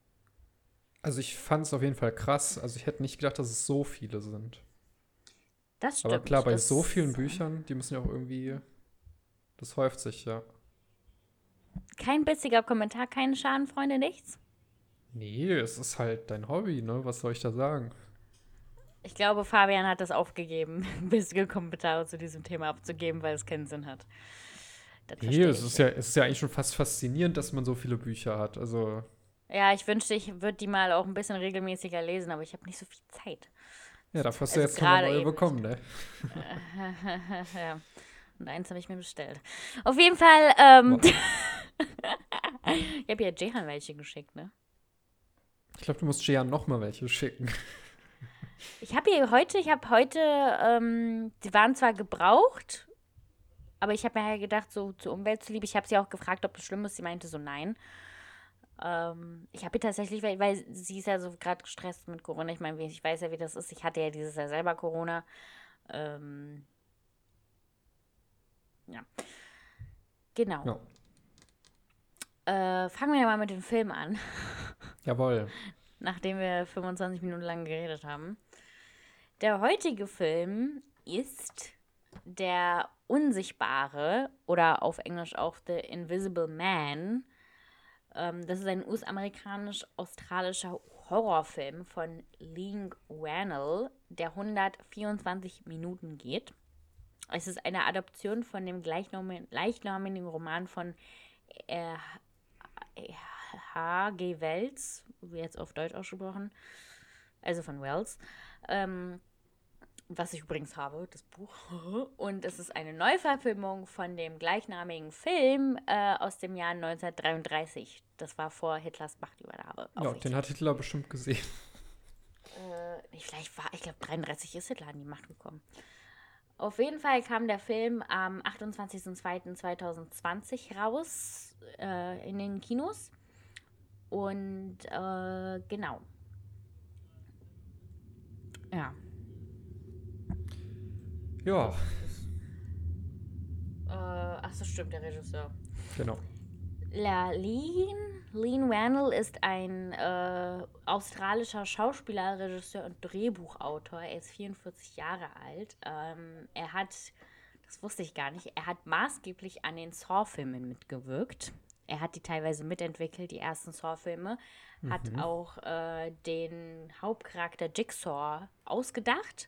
Also ich fand es auf jeden Fall krass. Also ich hätte nicht gedacht, dass es so viele sind. Das stimmt. Aber klar, bei das, so vielen Büchern, die müssen ja auch irgendwie, das häuft sich, ja. Kein bissiger Kommentar, keine Schadenfreunde, nichts? Nee, es ist halt dein Hobby, ne? Was soll ich da sagen? Ich glaube, Fabian hat das aufgegeben, bissige Kommentare zu diesem Thema abzugeben, weil es keinen Sinn hat. Das Nee, verstehe es ich. ist ja, es ist ja eigentlich schon fast faszinierend, dass man so viele Bücher hat. Also, Ja, ich wünschte, ich würde die mal auch ein bisschen regelmäßiger lesen, aber ich habe nicht so viel Zeit. ja, dafür hast du Also jetzt nochmal gerade neue eben bekommen, ne? Ja. Und eins habe ich mir bestellt. Auf jeden Fall, ähm, Wow. ich habe ja Jehan welche geschickt, ne? Ich glaube, du musst Jean nochmal welche schicken. Ich habe hier heute, ich habe heute, ähm, die waren zwar gebraucht, aber ich habe mir halt gedacht, so zur Umwelt zuliebe, ich habe sie auch gefragt, ob es schlimm ist. Sie meinte so, nein. Ähm, ich habe ihr tatsächlich, weil, weil sie ist ja so gerade gestresst mit Corona. Ich meine, ich weiß ja, wie das ist. Ich hatte ja dieses Jahr selber Corona. Ähm, ja, genau. Ja. Äh, fangen wir ja mal mit dem Film an, Jawohl. nachdem wir fünfundzwanzig Minuten lang geredet haben. Der heutige Film ist Der Unsichtbare oder auf Englisch auch The Invisible Man. Ähm, das ist ein U S-amerikanisch-australischer Horrorfilm von Leigh Whannell, der hundertvierundzwanzig Minuten geht. Es ist eine Adaption von dem gleichnamigen, gleichnamigen Roman von äh, H G. Wells, jetzt auf Deutsch ausgesprochen, also von Wells, ähm, was ich übrigens habe, das Buch. Und es ist eine Neuverfilmung von dem gleichnamigen Film äh, aus dem Jahr neunzehnhundertdreiunddreißig. Das war vor Hitlers Machtübernahme. Ja, den hat Hitler bestimmt gesehen. Äh, nee, vielleicht war, ich glaube, dreiunddreißig ist Hitler an die Macht gekommen. Auf jeden Fall kam der Film am achtundzwanzigsten zweiten zweitausendzwanzig raus äh, in den Kinos. Und äh, genau. Ja. Ja, Äh, ach so, stimmt, der Regisseur. genau. La Lean, Lean Whannell ist ein äh, australischer Schauspieler, Regisseur und Drehbuchautor. Er ist vierundvierzig Jahre alt. Ähm, er hat, das wusste ich gar nicht, er hat maßgeblich an den Saw-Filmen mitgewirkt. Er hat die teilweise mitentwickelt, die ersten Saw-Filme. Hat Mhm. auch äh, den Hauptcharakter Jigsaw ausgedacht.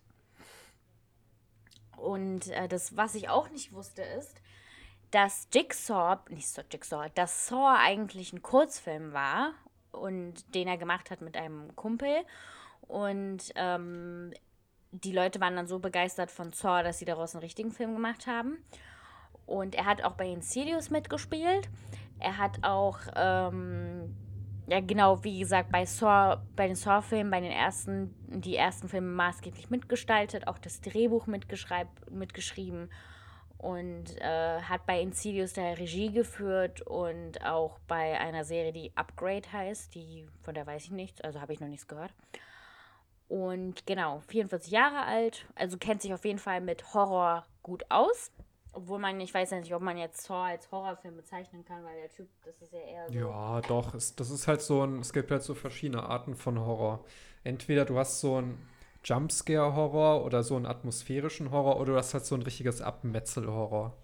Und äh, das, was ich auch nicht wusste, ist, dass Jigsaw, nicht so Jigsaw, dass Saw eigentlich ein Kurzfilm war und den er gemacht hat mit einem Kumpel. Und ähm, die Leute waren dann so begeistert von Saw, dass sie daraus einen richtigen Film gemacht haben. Und er hat auch bei Insidious mitgespielt. Er hat auch, ähm, ja genau, wie gesagt, bei Saw, bei den Saw-Filmen, bei den ersten, die ersten Filme maßgeblich mitgestaltet, auch das Drehbuch mitgeschrieben und äh, hat bei Insidious der Regie geführt und auch bei einer Serie, die Upgrade heißt, die, von der weiß ich nichts, also habe ich noch nichts gehört. Und genau, vierundvierzig Jahre alt, also kennt sich auf jeden Fall mit Horror gut aus. Obwohl man, ich weiß ja nicht, ob man jetzt Saw als Horrorfilm bezeichnen kann, weil der Typ, das ist ja eher so. Ja, doch. Es, das ist halt so ein, es gibt halt so verschiedene Arten von Horror. Entweder du hast so einen Jumpscare-Horror oder so einen atmosphärischen Horror oder du hast halt so ein richtiges Abmetzel-Horror.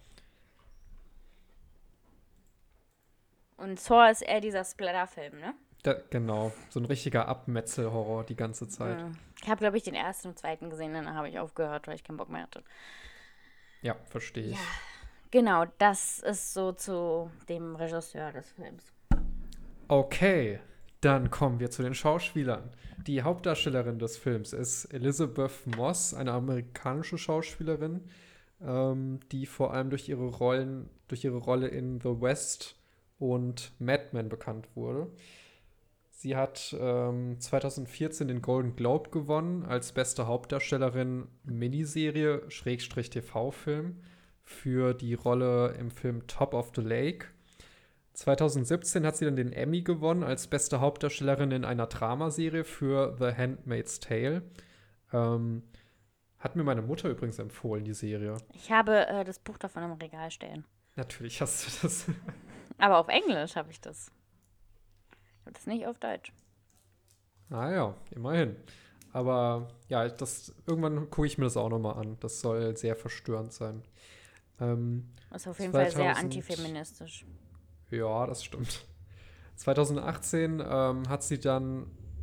Und Saw ist eher dieser Splatter-Film, ne? Da, genau, so ein richtiger Abmetzel-Horror die ganze Zeit. Ja. Ich habe, glaube ich, den ersten und zweiten gesehen, dann habe ich aufgehört, weil ich keinen Bock mehr hatte. Ja, verstehe ich. Ja, genau, das ist so zu dem Regisseur des Films. Okay, dann kommen wir zu den Schauspielern. Die Hauptdarstellerin des Films ist Elizabeth Moss, eine amerikanische Schauspielerin, ähm, die vor allem durch ihre Rollen, durch ihre Rolle in The West und Mad Men bekannt wurde. Sie hat ähm, zweitausendvierzehn den Golden Globe gewonnen als beste Hauptdarstellerin Miniserie Schrägstrich T V-Film für die Rolle im Film Top of the Lake. zweitausendsiebzehn hat sie dann den Emmy gewonnen als beste Hauptdarstellerin in einer Dramaserie für The Handmaid's Tale. Ähm, hat mir meine Mutter übrigens empfohlen, die Serie. Ich habe äh, das Buch davon im Regal stehen. Natürlich hast du das. Aber auf Englisch habe ich das. Ich habe das nicht auf Deutsch. Ah ja, immerhin. Aber ja, das, irgendwann gucke ich mir das auch nochmal an. Das soll sehr verstörend sein. Ähm, Das ist auf jeden Fall sehr zweitausend antifeministisch. Ja, das stimmt. zwanzig achtzehn ähm, hat sie dann.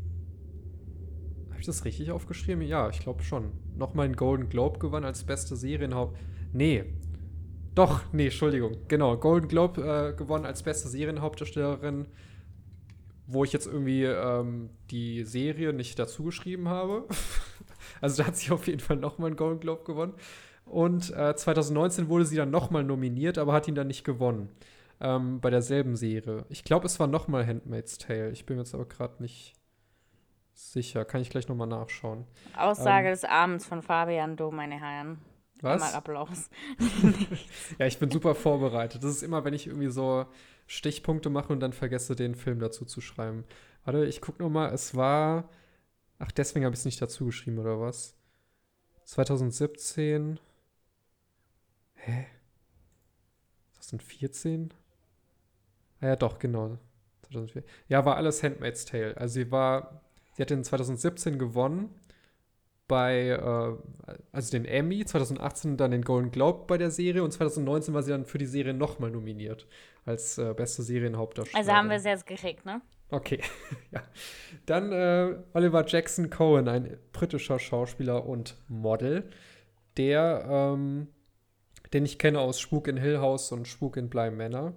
Habe ich das richtig aufgeschrieben? Ja, ich glaube schon. Nochmal einen Golden Globe gewonnen als beste Serienhaupt. Nee. Doch, nee, Entschuldigung. Genau, Golden Globe äh, gewonnen als beste Serienhauptdarstellerin, wo ich jetzt irgendwie ähm, die Serie nicht dazu geschrieben habe. Also da hat sie auf jeden Fall nochmal einen Golden Globe gewonnen. Und äh, zwanzig neunzehn wurde sie dann nochmal nominiert, aber hat ihn dann nicht gewonnen. Ähm, bei derselben Serie. Ich glaube, es war nochmal Handmaid's Tale. Ich bin mir jetzt aber gerade nicht sicher. Kann ich gleich nochmal nachschauen. Aussage Ähm, des Abends von Fabian Do, meine Herren. Einmal Was? Applaus. Ja, ich bin super vorbereitet. Das ist immer, wenn ich irgendwie so Stichpunkte mache und dann vergesse, den Film dazu zu schreiben. Warte, ich guck noch mal. Es war. Ach, deswegen habe ich es nicht dazu geschrieben, oder was? zwanzig siebzehn. Hä? zwanzig vierzehn? Ah ja, doch, genau. zweitausendvier. Ja, war alles Handmaid's Tale. Also sie war. Sie hat den zwanzig siebzehn gewonnen bei, äh, also den Emmy, zwanzig achtzehn dann den Golden Globe bei der Serie und zwanzig neunzehn war sie dann für die Serie nochmal nominiert als äh, beste Serienhauptdarstellerin. Also haben wir es jetzt gekriegt, ne? Okay, ja. Dann äh, Oliver Jackson Cohen, ein britischer Schauspieler und Model, der, ähm, den ich kenne aus Spuk in Hill House und Spuk in Bly Manor.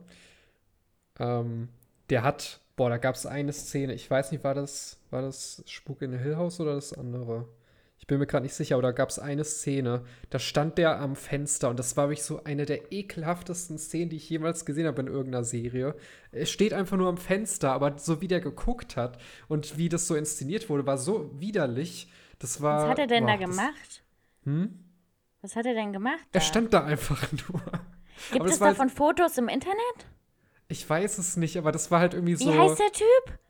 Ähm, der hat, boah, da gab es eine Szene, ich weiß nicht, war das, war das Spuk in Hill House oder das andere? Ich bin mir gerade nicht sicher, aber da gab es eine Szene, da stand der am Fenster und das war wirklich so eine der ekelhaftesten Szenen, die ich jemals gesehen habe in irgendeiner Serie. Er steht einfach nur am Fenster, aber so wie der geguckt hat und wie das so inszeniert wurde, war so widerlich. Das war. Was hat er denn boah, da das, gemacht? Hm? Was hat er denn gemacht? Da? Er stand da einfach nur. Gibt Aber es das war davon Fotos im Internet? Ich weiß es nicht, aber das war halt irgendwie Wie so. heißt der Typ?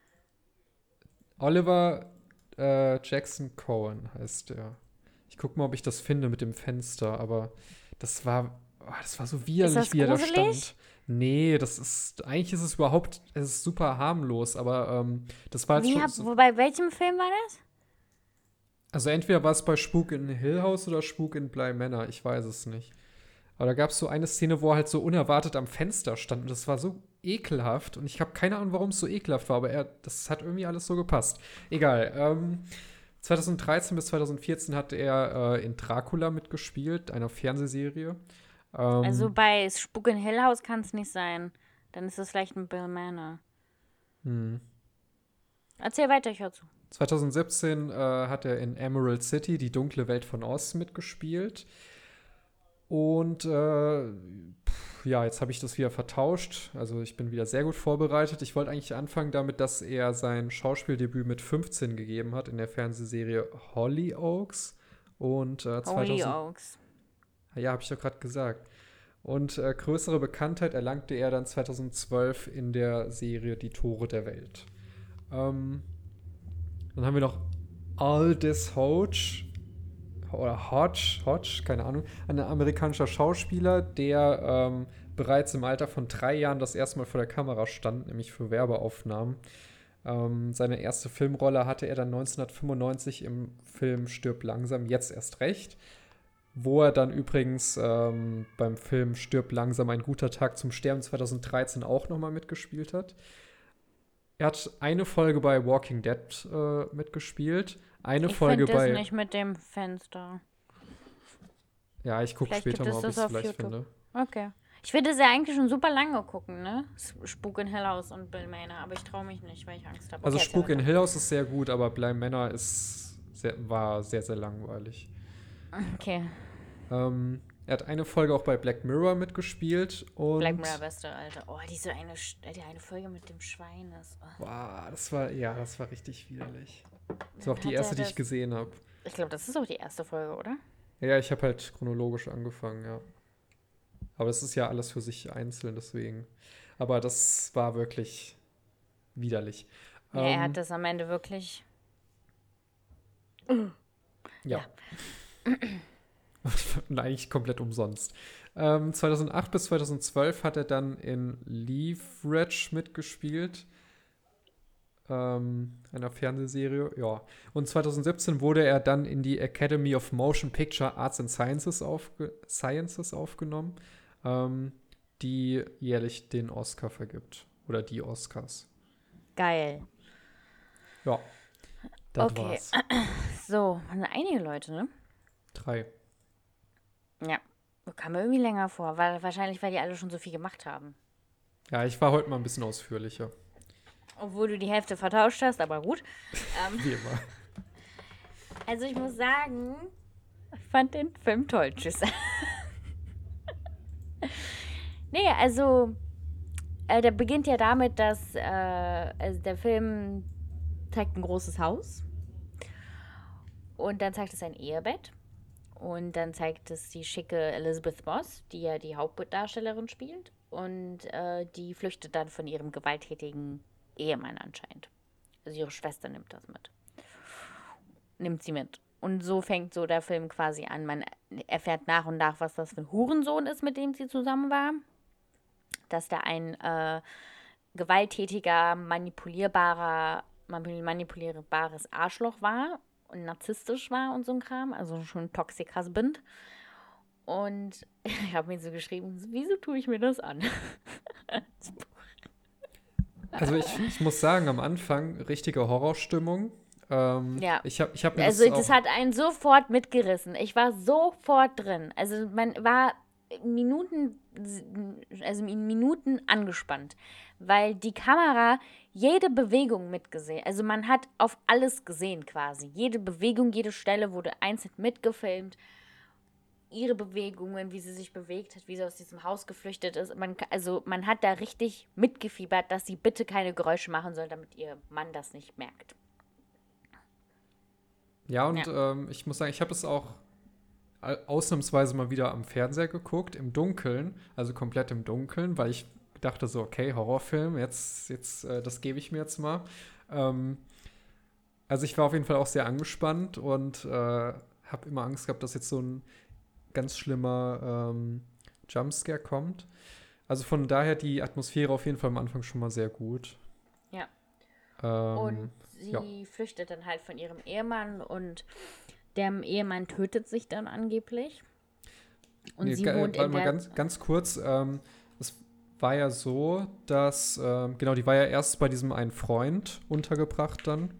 Oliver äh, Jackson Cohen heißt der. Ich guck mal, ob ich das finde mit dem Fenster, aber das war, oh, das war so widerlich, das wie er da gruselig? stand. Nee, das ist, eigentlich ist es überhaupt, es ist super harmlos, aber ähm, das war halt Wie schon, hab, so, wo, bei welchem Film war das? also entweder war es bei Spuk in Hill House oder Spuk in Bly Manor, ich weiß es nicht. Aber da gab es so eine Szene, wo er halt so unerwartet am Fenster stand und das war so ekelhaft und ich habe keine Ahnung, warum es so ekelhaft war, aber er, das hat irgendwie alles so gepasst. Egal. Ähm, zwanzig dreizehn bis zwanzig vierzehn hat er äh, in Dracula mitgespielt, einer Fernsehserie. Ähm, Also bei Spuk in Hill House kann es nicht sein. Dann ist es vielleicht ein Bill Manor. hm. Erzähl weiter, ich höre zu. zwanzig siebzehn äh, hat er in Emerald City, die dunkle Welt von Oz, mitgespielt. Und äh, pff, ja, jetzt habe ich das wieder vertauscht. Also ich bin wieder sehr gut vorbereitet. Ich wollte eigentlich anfangen damit, dass er sein Schauspieldebüt mit fünfzehn gegeben hat in der Fernsehserie Hollyoaks. Und äh, zweitausend Hollyoaks. Ja, habe ich doch gerade gesagt. Und äh, größere Bekanntheit erlangte er dann zweitausendzwölf in der Serie Die Tore der Welt. Ähm, dann haben wir noch Aldous Hodge. Oder Hodge, Hodge, keine Ahnung, ein amerikanischer Schauspieler, der ähm, bereits im Alter von drei Jahren das erste Mal vor der Kamera stand, nämlich für Werbeaufnahmen. Ähm, seine erste Filmrolle hatte er dann neunzehnhundertfünfundneunzig im Film Stirb langsam, jetzt erst recht, wo er dann übrigens ähm, beim Film Stirb langsam, ein guter Tag zum Sterben zweitausenddreizehn auch nochmal mitgespielt hat. Er hat eine Folge bei Walking Dead äh, mitgespielt. Eine Ich Folge finde das bei. nicht mit dem Fenster. Ja, ich gucke Vielleicht später gibt mal, es ob ich das es auf vielleicht YouTube. finde. Okay. Ich will das ja eigentlich schon super lange gucken, ne? S- Spuk in Hill House und Bill Manor. Aber ich traue mich nicht, weil ich Angst habe. Also Okay, Spuk erzähl in weiter. Hill House ist sehr gut, aber Bly Manor ist sehr, war sehr, sehr langweilig. Okay. Ähm, er hat eine Folge auch bei Black Mirror mitgespielt und. Black Mirror, beste, Alter. Oh, diese eine, Sch- äh, die eine Folge mit dem Schwein ist. Oh. Wow, das war, ja, das war richtig widerlich. Das Dann war auch die hat erste, er die ich das- gesehen habe. Ich glaube, das ist auch die erste Folge, oder? Ja, ich habe halt chronologisch angefangen, ja. Aber es ist ja alles für sich einzeln, deswegen. Aber das war wirklich widerlich. Ja, er Ähm, hat das am Ende wirklich. Ja. Und eigentlich komplett umsonst. Ähm, zweitausendacht bis zweitausendzwölf hat er dann in Leverage mitgespielt. ähm, einer Fernsehserie, ja. Und zwanzig siebzehn wurde er dann in die Academy of Motion Picture Arts and Sciences, aufge Sciences aufgenommen, ähm, die jährlich den Oscar vergibt. Oder die Oscars. Geil. Ja, das Okay. war's. So, waren einige Leute, ne? Drei. Ja. Kam mir irgendwie länger vor, weil wahrscheinlich, weil die alle schon so viel gemacht haben. Ja, ich war heute mal ein bisschen ausführlicher. Obwohl du die Hälfte vertauscht hast, aber gut. Ähm, Wie immer. also ich muss sagen, ich fand den Film toll. Tschüss. Nee, also äh, der beginnt ja damit, dass äh, also der Film zeigt ein großes Haus und dann zeigt es ein Ehebett und dann zeigt es die schicke Elizabeth Moss, die ja die Hauptdarstellerin spielt und äh, die flüchtet dann von ihrem gewalttätigen Ehemann anscheinend. Also ihre Schwester nimmt das mit. Nimmt sie mit. Und so fängt so der Film quasi an. Man erfährt nach und nach, was das für ein Hurensohn ist, mit dem sie zusammen war. Dass da ein äh, gewalttätiger, manipulierbarer, manipulierbares Arschloch war und narzisstisch war und so ein Kram. Also schon ein Toxic Husband. Und ich habe mir so geschrieben, wieso tue ich mir das an? Also ich, ich muss sagen, am Anfang richtige Horrorstimmung. Ähm, Ja. Ich habe ich hab mir Also das auch... das hat einen sofort mitgerissen. Ich war sofort drin. Also man war Minuten, also in Minuten angespannt, weil die Kamera jede Bewegung mitgesehen, also man hat auf alles gesehen quasi. Jede Bewegung, jede Stelle wurde einzeln mitgefilmt. Ihre Bewegungen, wie sie sich bewegt hat, wie sie aus diesem Haus geflüchtet ist. Man, also man hat da richtig mitgefiebert, dass sie bitte keine Geräusche machen soll, damit ihr Mann das nicht merkt. Ja, und ja. Ähm, ich muss sagen, ich habe es auch ausnahmsweise mal wieder am Fernseher geguckt, im Dunkeln, also komplett im Dunkeln, weil ich dachte so, okay, Horrorfilm, jetzt, jetzt, äh, das gebe ich mir jetzt mal. Ähm, also ich war auf jeden Fall auch sehr angespannt und äh, habe immer Angst gehabt, dass jetzt so ein ganz schlimmer ähm, Jumpscare kommt. Also von daher die Atmosphäre auf jeden Fall am Anfang schon mal sehr gut. Ja. Ähm, und sie ja. flüchtet dann halt von ihrem Ehemann und der Ehemann tötet sich dann angeblich. Und nee, sie ge- wohnt warte in mal der... ganz, ganz kurz, ähm, es war ja so, dass, ähm, genau, die war ja erst bei diesem einen Freund untergebracht dann.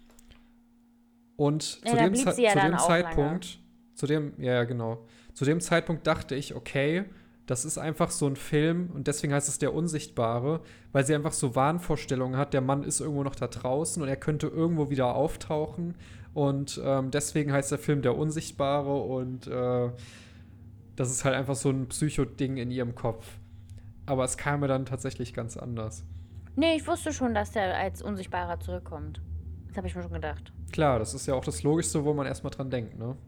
Und Ja, zu da dem, blieb Ze- sie ja zu dann dem auch Zeitpunkt, lange. zu dem, ja, ja, genau, zu dem Zeitpunkt dachte ich, okay, das ist einfach so ein Film und deswegen heißt es Der Unsichtbare, weil sie einfach so Wahnvorstellungen hat, der Mann ist irgendwo noch da draußen und er könnte irgendwo wieder auftauchen und ähm, deswegen heißt der Film Der Unsichtbare und äh, das ist halt einfach so ein Psycho-Ding in ihrem Kopf. Aber es kam mir dann tatsächlich ganz anders. Nee, ich wusste schon, dass der als Unsichtbarer zurückkommt. Das habe ich mir schon gedacht. Klar, das ist ja auch das Logischste, wo man erstmal dran denkt, ne?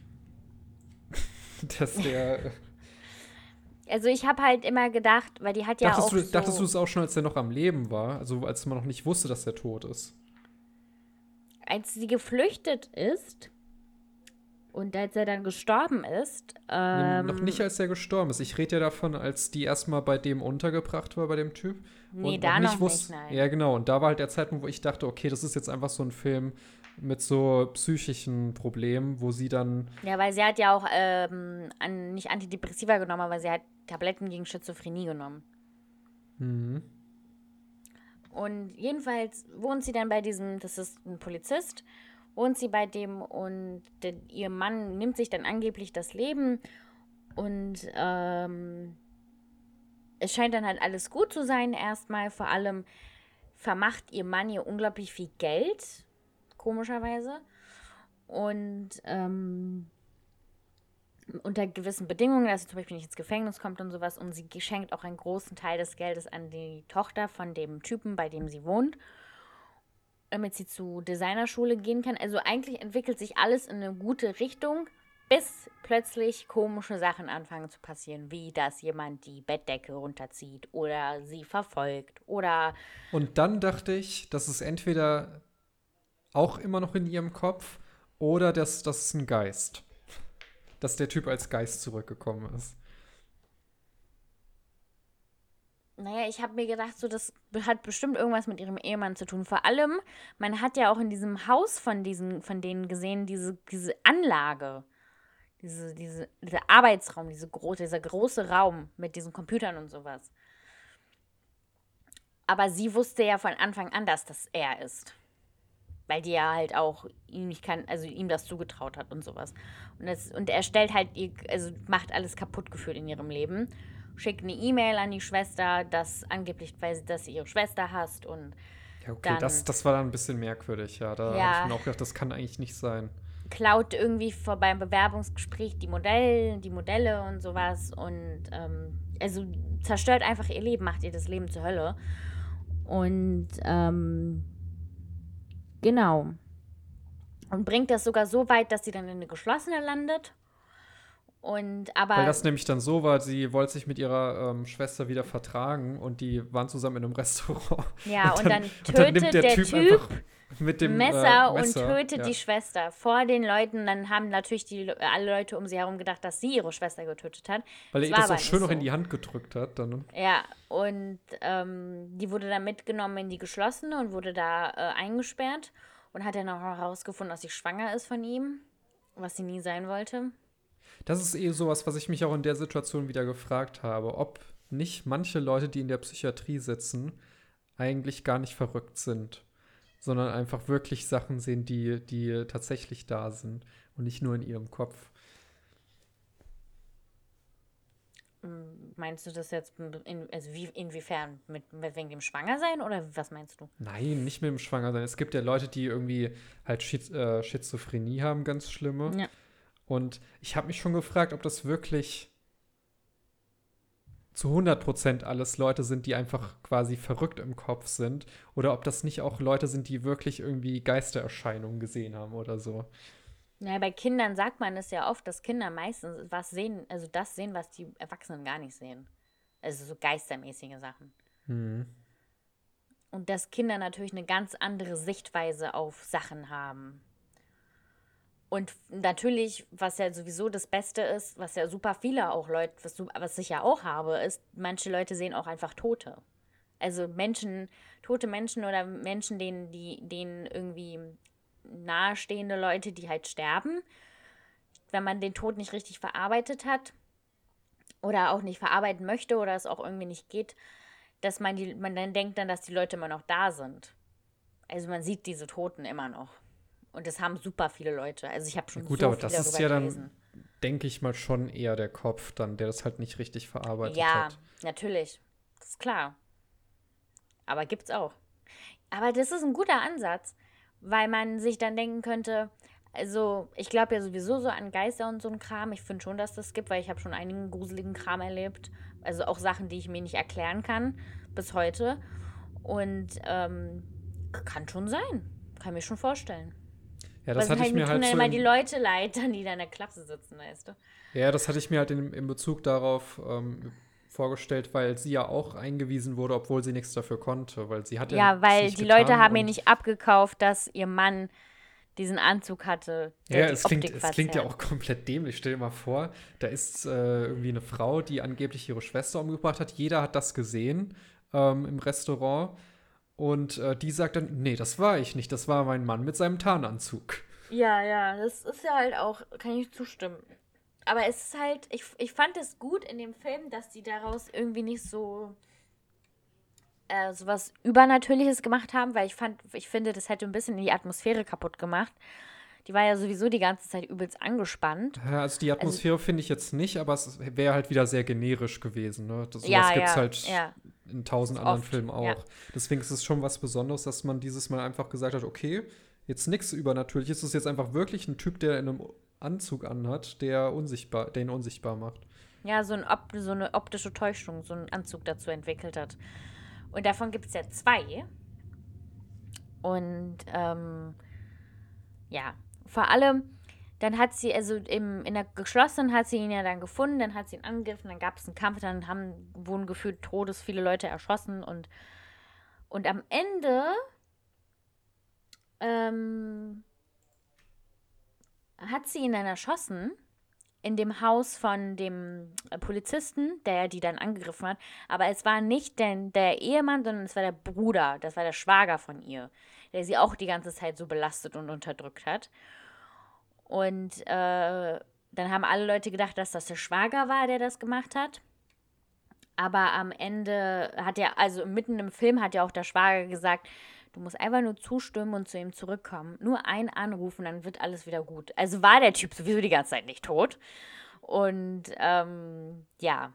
Dass der... Also ich habe halt immer gedacht, weil die hat ja dachtest auch du, so... Dachtest du es auch schon, als der noch am Leben war? Also als man noch nicht wusste, dass der tot ist? Als sie geflüchtet ist und als er dann gestorben ist... Ähm, nee, noch nicht, als er gestorben ist. Ich rede ja davon, als die erstmal bei dem untergebracht war, bei dem Typ. Nee, und da noch nicht noch wusste, nicht, nein. Ja, genau. Und da war halt der Zeitpunkt, wo ich dachte, okay, das ist jetzt einfach so ein Film mit so psychischen Problemen, wo sie dann... Ja, weil sie hat ja auch ähm, an, nicht Antidepressiva genommen, aber sie hat Tabletten gegen Schizophrenie genommen. Mhm. Und jedenfalls wohnt sie dann bei diesem, das ist ein Polizist, wohnt sie bei dem und der, ihr Mann nimmt sich dann angeblich das Leben und ähm, es scheint dann halt alles gut zu sein erstmal. Vor allem vermacht ihr Mann ihr unglaublich viel Geld, komischerweise. Und ähm, unter gewissen Bedingungen, dass sie zum Beispiel nicht ins Gefängnis kommt und sowas. Und sie schenkt auch einen großen Teil des Geldes an die Tochter von dem Typen, bei dem sie wohnt, damit sie zur Designerschule gehen kann. Also eigentlich entwickelt sich alles in eine gute Richtung, bis plötzlich komische Sachen anfangen zu passieren, wie dass jemand die Bettdecke runterzieht oder sie verfolgt oder... Und dann dachte ich, das ist entweder auch immer noch in ihrem Kopf oder das, das ist ein Geist. Dass der Typ als Geist zurückgekommen ist. Naja, ich habe mir gedacht, so das hat bestimmt irgendwas mit ihrem Ehemann zu tun. Vor allem, man hat ja auch in diesem Haus von diesen, von denen gesehen, diese, diese Anlage, diese, diese, dieser Arbeitsraum, diese gro dieser große Raum mit diesen Computern und sowas. Aber sie wusste ja von Anfang an, dass das er ist. Weil die ja halt auch ihm nicht kann, also ihm das zugetraut hat und sowas. Und, das, und er stellt halt, ihr, also macht alles kaputt gefühlt in ihrem Leben. Schickt eine E-Mail an die Schwester, dass angeblich, weil sie, dass sie ihre Schwester hasst und Ja, okay, dann, das, das war dann ein bisschen merkwürdig, ja. Da habe ich ja, mir auch gedacht, das kann eigentlich nicht sein. klaut irgendwie vor beim Bewerbungsgespräch die Modell, die Modelle und sowas und ähm, also zerstört einfach ihr Leben, macht ihr das Leben zur Hölle. Und ähm, genau. Und bringt das sogar so weit, dass sie dann in eine geschlossene landet. Und Weil aber, das nämlich dann so war, sie wollte sich mit ihrer ähm, Schwester wieder vertragen und die waren zusammen in einem Restaurant. ja, Und und dann, dann und dann nimmt tötet der, der Typ, Typ einfach mit dem Messer, äh, und Messer. tötet Ja. die Schwester vor den Leuten. Dann haben natürlich die, alle Leute um sie herum gedacht, dass sie ihre Schwester getötet hat. Weil er Das ihr war das aber auch schön nicht noch in so. die Hand gedrückt hat. Dann. Ja, und ähm, die wurde dann mitgenommen in die geschlossene und wurde da äh, eingesperrt und hat dann auch herausgefunden, dass sie schwanger ist von ihm, was sie nie sein wollte. Das ist eh sowas, was ich mich auch in der Situation wieder gefragt habe, ob nicht manche Leute, die in der Psychiatrie sitzen, eigentlich gar nicht verrückt sind, sondern einfach wirklich Sachen sehen, die, die tatsächlich da sind und nicht nur in ihrem Kopf. Mm, Meinst du das jetzt, in, also wie, inwiefern? Mit, mit wegen dem Schwangersein oder was meinst du? Nein, nicht mit dem Schwangersein. Es gibt ja Leute, die irgendwie halt Schiz äh, Schizophrenie haben, ganz schlimme. Ja. Und ich habe mich schon gefragt, ob das wirklich zu hundert Prozent alles Leute sind, die einfach quasi verrückt im Kopf sind. Oder ob das nicht auch Leute sind, die wirklich irgendwie Geistererscheinungen gesehen haben oder so. Naja, bei Kindern sagt man es ja oft, dass Kinder meistens was sehen, also das sehen, was die Erwachsenen gar nicht sehen. Also so geistermäßige Sachen. Hm. Und dass Kinder natürlich eine ganz andere Sichtweise auf Sachen haben. Und natürlich, was ja sowieso das Beste ist, was ja super viele auch Leute, was, du, was ich ja auch habe, ist, manche Leute sehen auch einfach Tote. Also Menschen, tote Menschen oder Menschen, denen, die, denen irgendwie nahestehende Leute, die halt sterben, wenn man den Tod nicht richtig verarbeitet hat oder auch nicht verarbeiten möchte oder es auch irgendwie nicht geht, dass man, die, man dann denkt dann, dass die Leute immer noch da sind. Also man sieht diese Toten immer noch. Und das haben super viele Leute. Also ich habe schon Ja, gut, so aber viel das ist darüber ja gelesen. dann, denke ich mal, schon eher der Kopf dann, der das halt nicht richtig verarbeitet Ja, hat. natürlich. Das ist klar. Aber gibt's auch. Aber das ist ein guter Ansatz, weil man sich dann denken könnte, also ich glaube ja sowieso so an Geister und so ein Kram. Ich finde schon, dass das gibt, weil ich habe schon einigen gruseligen Kram erlebt. Also auch Sachen, die ich mir nicht erklären kann bis heute. Und ähm, kann schon sein. Kann mir schon vorstellen. Ja, Aber das es sind hatte halt, ich mir mir tun halt dann so immer die in, Leute leid, dann die da in der Klapse sitzen, weißt du. ja, das hatte ich mir halt in, in Bezug darauf ähm, vorgestellt, weil sie ja auch eingewiesen wurde, obwohl sie nichts dafür konnte, weil sie hat ja Ja, nichts weil nicht die Leute getan haben mir und nicht abgekauft, dass ihr Mann diesen Anzug hatte, der ja, die es klingt, Optik es klingt ja verzerrt. auch komplett dämlich. Stell dir mal vor, da ist äh, irgendwie eine Frau, die angeblich ihre Schwester umgebracht hat. Jeder hat das gesehen ähm, im Restaurant. Und äh, die sagt dann, nee, das war ich nicht. Das war mein Mann mit seinem Tarnanzug. Ja, ja, das ist ja halt auch, kann ich zustimmen. Aber es ist halt, ich, ich fand es gut in dem Film, dass die daraus irgendwie nicht so äh, so was Übernatürliches gemacht haben, weil ich fand, ich finde, das hätte ein bisschen die Atmosphäre kaputt gemacht. Die war ja sowieso die ganze Zeit übelst angespannt. Ja, also die Also, Atmosphäre finde ich jetzt nicht, aber es wäre halt wieder sehr generisch gewesen. Ne? Das, sowas ja, gibt es ja, halt ja, in tausend anderen oft, Filmen ja. auch. Deswegen ist es schon was Besonderes, dass man dieses Mal einfach gesagt hat, okay, jetzt nichts Übernatürliches. Es ist jetzt einfach wirklich ein Typ, der in einem Anzug anhat, der unsichtbar, der ihn unsichtbar macht. Ja, so, ein Op so eine optische Täuschung, so einen Anzug dazu entwickelt hat. Und davon gibt es ja zwei. Und ähm, ja, vor allem, dann hat sie, also im, in der geschlossenen hat sie ihn ja dann gefunden, dann hat sie ihn angegriffen, dann gab es einen Kampf, dann haben, wurden gefühlt todes viele Leute erschossen und, und am Ende ähm, hat sie ihn dann erschossen in dem Haus von dem äh, Polizisten, der die dann angegriffen hat. Aber es war nicht der, der Ehemann, sondern es war der Bruder, das war der Schwager von ihr, der sie auch die ganze Zeit so belastet und unterdrückt hat. Und äh, dann haben alle Leute gedacht, dass das der Schwager war, der das gemacht hat. Aber am Ende hat er, also mitten im Film hat ja auch der Schwager gesagt, du musst einfach nur zustimmen und zu ihm zurückkommen. Nur einen anrufen, dann wird alles wieder gut. Also war der Typ sowieso die ganze Zeit nicht tot. Und ähm, ja.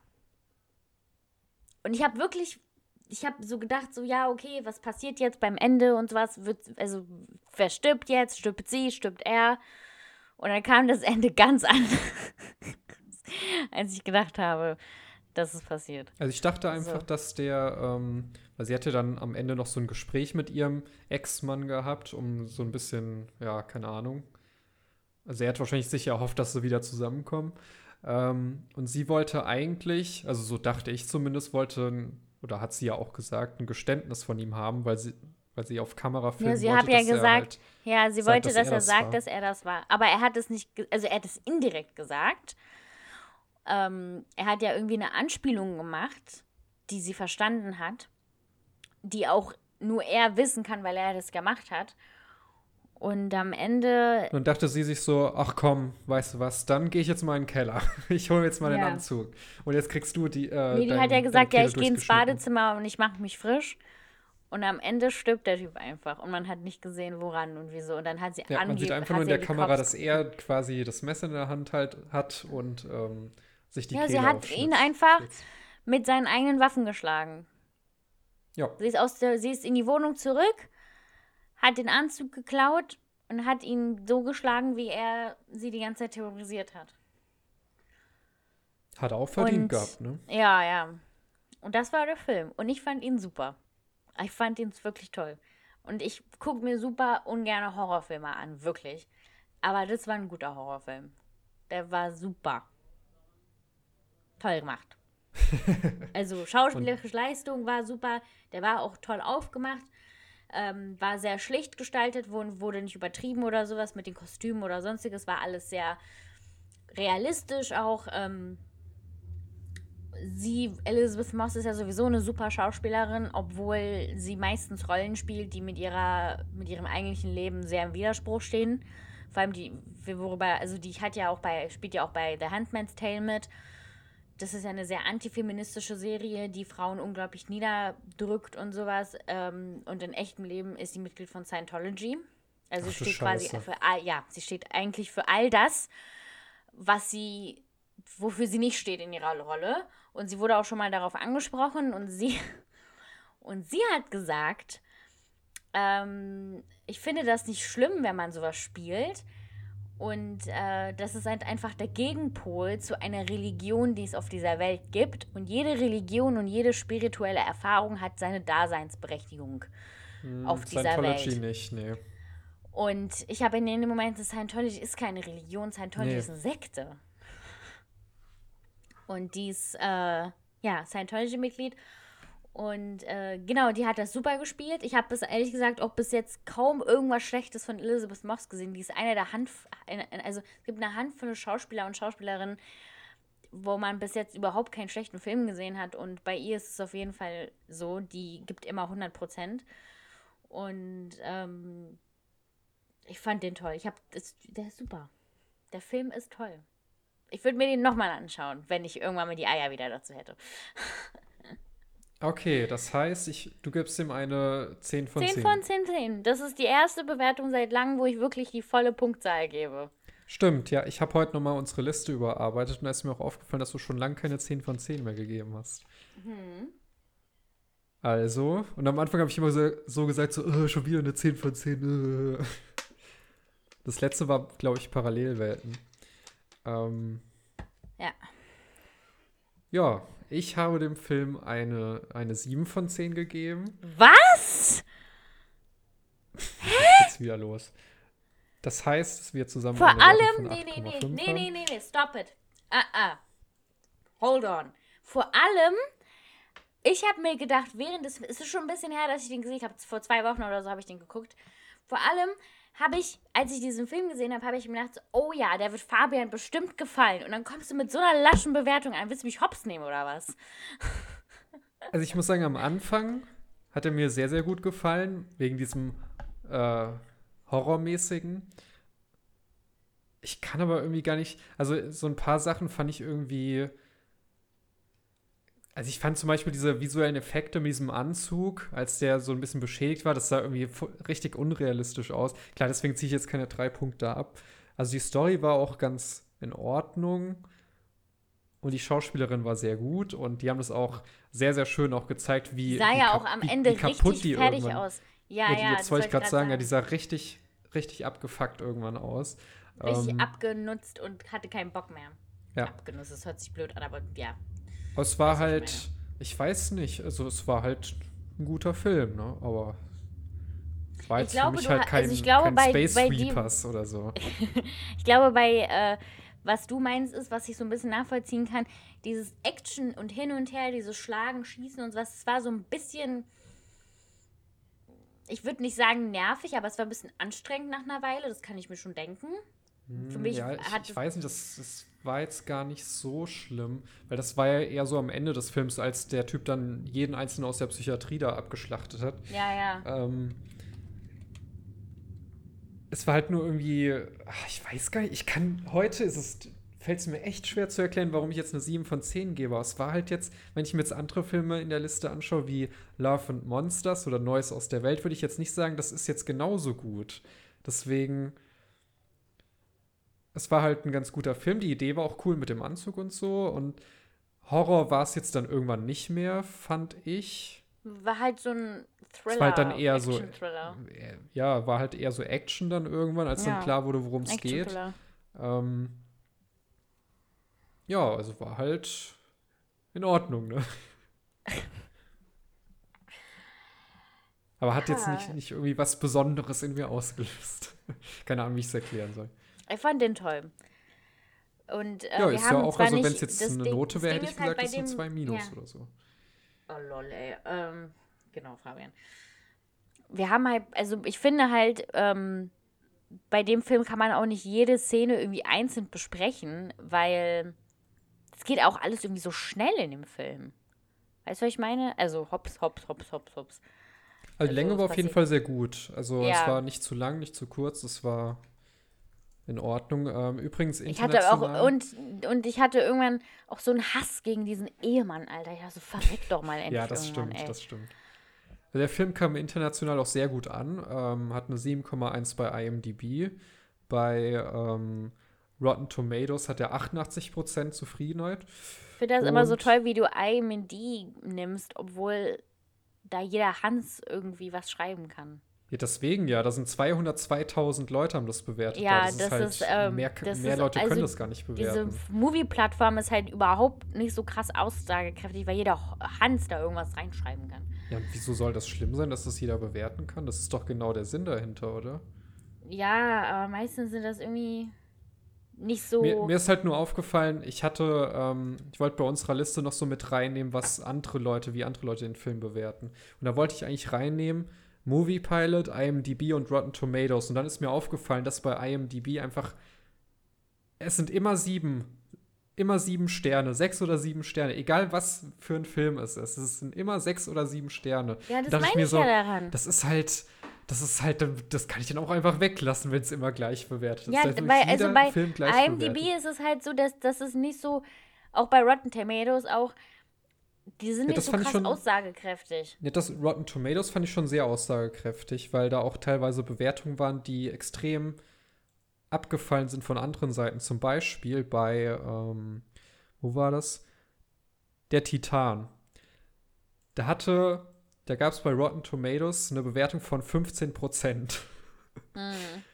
Und ich habe wirklich, ich habe so gedacht, so ja, okay, was passiert jetzt beim Ende und sowas? Wird, also wer stirbt jetzt? Stirbt sie? Stirbt er? Und dann kam das Ende ganz anders, als ich gedacht habe, dass es passiert. Also ich dachte einfach, So. dass der, ähm, weil sie hatte dann am Ende noch so ein Gespräch mit ihrem Ex-Mann gehabt, um so ein bisschen, ja, keine Ahnung. Also er hat wahrscheinlich sich erhofft, dass sie wieder zusammenkommen. Ähm, und sie wollte eigentlich, also so dachte ich zumindest, wollte, ein- oder hat sie ja auch gesagt, ein Geständnis von ihm haben, weil sie, weil sie auf Kamera Ja, filmen sie wollte, hat ja dass er gesagt, halt ja, sie sagt, wollte, dass dass er er das sagt, war. dass er das war. Aber er hat es nicht, ge- also er hat es indirekt gesagt. Ähm, er hat ja irgendwie eine Anspielung gemacht, die sie verstanden hat, die auch nur er wissen kann, weil er das gemacht hat. Und am Ende, Und dann dachte sie sich so, ach komm, weißt du was, dann gehe ich jetzt mal in den Keller. Ich hole jetzt mal den ja. Anzug. Und jetzt kriegst du die, äh, Nee, die hat ja dein, deine gesagt, ja, Kehle ich gehe ins durchgeschnitten. Badezimmer und ich mache mich frisch. Und am Ende stirbt der Typ einfach. Und man hat nicht gesehen, woran und wieso. Und dann hat sie Ja, man sieht angeb einfach nur hat in sie ja der die Kamera, Cops dass er gerufen. quasi das Messer in der Hand halt hat und ähm, sich die Ja, sie Kehle hat ihn aufschnitzt. einfach Schlitzt. mit seinen eigenen Waffen geschlagen. Ja, Sie ist, aus der, sie ist in die Wohnung zurück, hat den Anzug geklaut und hat ihn so geschlagen, wie er sie die ganze Zeit terrorisiert hat. hat er auch verdient Und gehabt, ne? ja, ja. Und das war der Film. Und ich fand ihn super. Ich fand ihn wirklich toll. Und ich gucke mir super ungerne Horrorfilme an, wirklich. Aber das war ein guter Horrorfilm. Der war super. Toll gemacht. Also Und schauspielerische Leistung war super. Der war auch toll aufgemacht. Ähm, war sehr schlicht gestaltet, wurde, wurde nicht übertrieben oder sowas mit den Kostümen oder sonstiges. War alles sehr realistisch auch. Ähm, sie, Elizabeth Moss, ist ja sowieso eine super Schauspielerin, obwohl sie meistens Rollen spielt, die mit ihrer, mit ihrem eigentlichen Leben sehr im Widerspruch stehen. Vor allem die, worüber, also die hat ja auch bei, spielt ja auch bei The Handmaid's Tale mit. Das ist ja eine sehr antifeministische Serie, die Frauen unglaublich niederdrückt und sowas. Ähm, und in echtem Leben ist sie Mitglied von Scientology. Also ach sie du steht quasi Scheiße. für all, ja, sie steht eigentlich für all das, was sie, wofür sie nicht steht in ihrer Rolle. Und sie wurde auch schon mal darauf angesprochen und sie, und sie hat gesagt, ähm, ich finde das nicht schlimm, wenn man sowas spielt. Und äh, das ist halt einfach der Gegenpol zu einer Religion, die es auf dieser Welt gibt. Und jede Religion und jede spirituelle Erfahrung hat seine Daseinsberechtigung Hm, auf dieser Scientology Welt. nicht, nee. Und ich habe in dem Moment, Scientology ist keine Religion, Scientology Nee. ist eine Sekte. Und die ist, äh, ja, Scientology-Mitglied. Und äh, genau, die hat das super gespielt. Ich habe bis ehrlich gesagt auch bis jetzt kaum irgendwas Schlechtes von Elizabeth Moss gesehen. Die ist eine der Hand, also es gibt eine Handvoll Schauspieler und Schauspielerinnen, wo man bis jetzt überhaupt keinen schlechten Film gesehen hat. Und bei ihr ist es auf jeden Fall so, die gibt immer hundert Prozent. Und ähm, ich fand den toll. Ich hab, das, der ist super. Der Film ist toll. Ich würde mir den nochmal anschauen, wenn ich irgendwann mal die Eier wieder dazu hätte. Okay, das heißt, ich, du gibst ihm eine zehn von zehn zehn. von zehn, zehn. Das ist die erste Bewertung seit langem, wo ich wirklich die volle Punktzahl gebe. Stimmt, ja, ich habe heute nochmal unsere Liste überarbeitet und da ist mir auch aufgefallen, dass du schon lange keine zehn von zehn mehr gegeben hast. Hm. Also, und am Anfang habe ich immer so, so gesagt, so, äh, schon wieder eine zehn von zehn. Äh. Das letzte war, glaube ich, Parallelwelten. Ähm, Ja. ja, ich habe dem Film eine, eine sieben von zehn gegeben. Was? Jetzt geht's wieder los. Das heißt, dass wir zusammen Vor eine Wertung allem, von nee, acht nee, Komma nee, fünf nee, haben. nee, nee, nee, stop it. Ah, ah. Hold on. Vor allem, ich habe mir gedacht, während des, es ist schon ein bisschen her, dass ich den gesehen habe, vor zwei Wochen oder so habe ich den geguckt. Vor allem, habe ich, als ich diesen Film gesehen habe, habe ich mir gedacht, so, oh ja, der wird Fabian bestimmt gefallen. Und dann kommst du mit so einer laschen Bewertung an. Willst du mich hops nehmen oder was? Also ich muss sagen, am Anfang hat er mir sehr, sehr gut gefallen, wegen diesem äh, Horrormäßigen. Ich kann aber irgendwie gar nicht, also so ein paar Sachen fand ich irgendwie, also ich fand zum Beispiel diese visuellen Effekte mit diesem Anzug, als der so ein bisschen beschädigt war, das sah irgendwie fu- richtig unrealistisch aus. Klar, deswegen ziehe ich jetzt keine drei Punkte ab. Also die Story war auch ganz in Ordnung und die Schauspielerin war sehr gut und die haben das auch sehr, sehr schön auch gezeigt, Die wie, sah wie, ja auch kap am wie, Ende wie kaputt richtig die fertig irgendwann. aus. Ja, Ja, die, ja, jetzt das wollte wollte ich ich gerade gerade sagen, ja, die sagen. sah richtig, richtig abgefuckt irgendwann aus. Richtig Ähm, abgenutzt und hatte keinen Bock mehr. ja, Abgenutzt, das hört sich blöd an, aber ja, aber es war weißt du, was ich meine. halt, ich weiß nicht, also es war halt ein guter Film, ne? Aber es war Ich jetzt für glaube, mich du halt hast, also ich kein, glaube, kein bei, Space bei dem, Reapers oder so. ich glaube, bei, äh, was du meinst, ist, was ich so ein bisschen nachvollziehen kann, dieses Action und hin und her, dieses Schlagen, Schießen und sowas, es war so ein bisschen, ich würde nicht sagen nervig, aber es war ein bisschen anstrengend nach einer Weile, das kann ich mir schon denken. Für Hm, mich ja, ich, hat ich es, weiß nicht, das, das war jetzt gar nicht so schlimm, weil das war ja eher so am Ende des Films, als der Typ dann jeden Einzelnen aus der Psychiatrie da abgeschlachtet hat. ja, ja. Ähm, es war halt nur irgendwie, ach, ich weiß gar nicht, ich kann, heute ist es, fällt es mir echt schwer zu erklären, warum ich jetzt eine sieben von zehn gebe. Aber es war halt jetzt, wenn ich mir jetzt andere Filme in der Liste anschaue, wie Love and Monsters oder Neues aus der Welt, würde ich jetzt nicht sagen, das ist jetzt genauso gut. Deswegen, es war halt ein ganz guter Film. Die Idee war auch cool mit dem Anzug und so. Und Horror war es jetzt dann irgendwann nicht mehr, fand ich. War halt so ein Es war halt dann Thriller, eher so, Action-Thriller. äh, ja, war halt eher so Action dann irgendwann, als dann Ja, klar wurde, worum es geht. Action-Thriller. Ähm, ja, also war halt in Ordnung, ne? Aber hat jetzt Ha. nicht, nicht irgendwie was Besonderes in mir ausgelöst. Keine Ahnung, wie ich es erklären soll. Ich fand den toll. Und äh, Ja, wir ist ja haben auch, zwar also wenn nicht, es jetzt das eine Ding, Note das wäre, Ding hätte ich ist halt gesagt, bei das sind dem, zwei ja. Minus oder so. Oh lol, ey. Ähm, genau, Fabian. Wir haben halt, also ich finde halt, ähm, bei dem Film kann man auch nicht jede Szene irgendwie einzeln besprechen, weil es geht auch alles irgendwie so schnell in dem Film. Weißt du, was ich meine? Also hops, hops, hops, hops, hops. Also die Also Länge es war auf jeden passiert. Fall sehr gut. Also es Ja, war nicht zu lang, nicht zu kurz, es war in Ordnung. Ähm, übrigens ich hatte auch, international. und, und ich hatte irgendwann auch so einen Hass gegen diesen Ehemann, Alter. Ich dachte so, verreck doch mal Ja, endlich das irgendwann, stimmt, ey. das stimmt. Der Film kam international auch sehr gut an, ähm, hat eine sieben Komma eins bei IMDb. Bei ähm, Rotten Tomatoes hat er achtundachtzig Prozent Zufriedenheit. Ich finde das immer so Und toll, wie du I M D nimmst, obwohl da jeder Hans irgendwie was schreiben kann. ja, deswegen ja, da sind zweihundertzweitausend Leute haben das bewertet. Da. Ja, Das ist das ist, halt, ähm, mehr, das mehr ist, Leute können also das gar nicht diese bewerten. Movie-Plattform ist halt überhaupt nicht so krass aussagekräftig, weil jeder Hans da irgendwas reinschreiben kann. Ja, und wieso soll das schlimm sein, dass das jeder bewerten kann? Das ist doch genau der Sinn dahinter, oder? Ja, aber meistens sind das irgendwie nicht Mir, so. mir ist halt nur aufgefallen, ich hatte, ähm, ich wollte bei unserer Liste noch so mit reinnehmen, was andere Leute, wie andere Leute den Film bewerten. Und da wollte ich eigentlich reinnehmen, Movie Pilot, IMDb und Rotten Tomatoes. Und dann ist mir aufgefallen, dass bei IMDb einfach, es sind immer sieben, immer sieben Sterne, sechs oder sieben Sterne, egal was für ein Film es ist. Es sind immer sechs oder sieben Sterne. Ja, Da das dachte ich meine mir ich so, ja daran. das ist halt, das ist halt, das kann ich dann auch einfach weglassen, wenn es immer gleich bewertet ist. Ja, Da ist bei, wirklich also jeder bei Film gleich IMDb bewertet. ist es halt so, dass das ist nicht so, auch bei Rotten Tomatoes auch, die sind Ja, nicht das so fand ich krass schon, aussagekräftig. ja, das Rotten Tomatoes fand ich schon sehr aussagekräftig, weil da auch teilweise Bewertungen waren, die extrem abgefallen sind von anderen Seiten. Zum Beispiel bei, ähm, wo war das? Der Titan. Da hatte, da gab es bei Rotten Tomatoes eine Bewertung von fünfzehn Prozent. Mhm.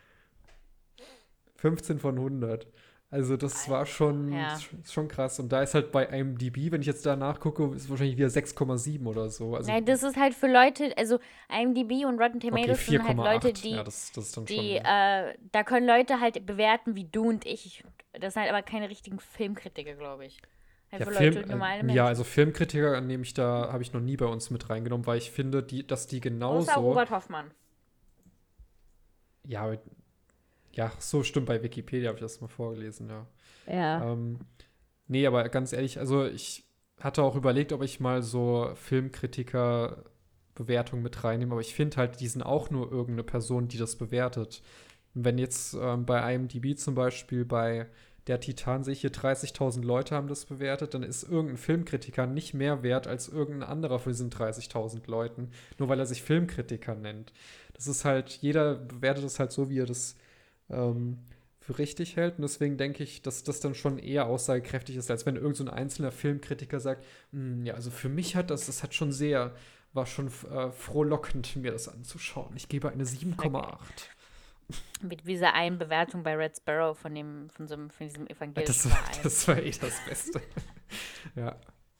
fünfzehn von hundert. Also das war schon, Ja. schon krass. Und da ist halt bei IMDb, wenn ich jetzt da nachgucke, ist wahrscheinlich wieder sechs Komma sieben oder so. Also, Nein, das ist halt für Leute, also IMDb und Rotten okay, Tomatoes vier sind halt Komma Leute, acht. Ja, die, das, das ist dann die, schon. äh, da können Leute halt bewerten wie du und ich. Das sind halt aber keine richtigen Filmkritiker, glaube ich. Halt Ja, für Film, Leute, normale äh, Menschen. ja, also Filmkritiker nehme ich da, habe ich noch nie bei uns mit reingenommen, weil ich finde, die, dass die Außer genauso. Robert Hoffmann. ja, ja, so stimmt, bei Wikipedia habe ich das mal vorgelesen, ja. Ja. Ähm, nee, aber ganz ehrlich, also ich hatte auch überlegt, ob ich mal so Filmkritiker-Bewertungen mit reinnehme, aber ich finde halt, die sind auch nur irgendeine Person, die das bewertet. Und wenn jetzt ähm, bei IMDb zum Beispiel bei der Titan sehe ich hier dreißigtausend Leute haben das bewertet, dann ist irgendein Filmkritiker nicht mehr wert als irgendein anderer von diesen dreißigtausend Leuten, nur weil er sich Filmkritiker nennt. Das ist halt, jeder bewertet es halt so, wie er das ähm, für richtig hält. Und deswegen denke ich, dass das dann schon eher aussagekräftig ist, als wenn irgend so ein einzelner Filmkritiker sagt, "Hm, ja, also für mich hat das, das hat schon sehr, war schon äh, frohlockend, mir das anzuschauen. Ich gebe eine sieben Komma acht. Mit dieser einen Bewertung bei Red Sparrow von dem, von, so einem, von diesem Das evangelischen war, Verein. das war eh das Beste. Ja.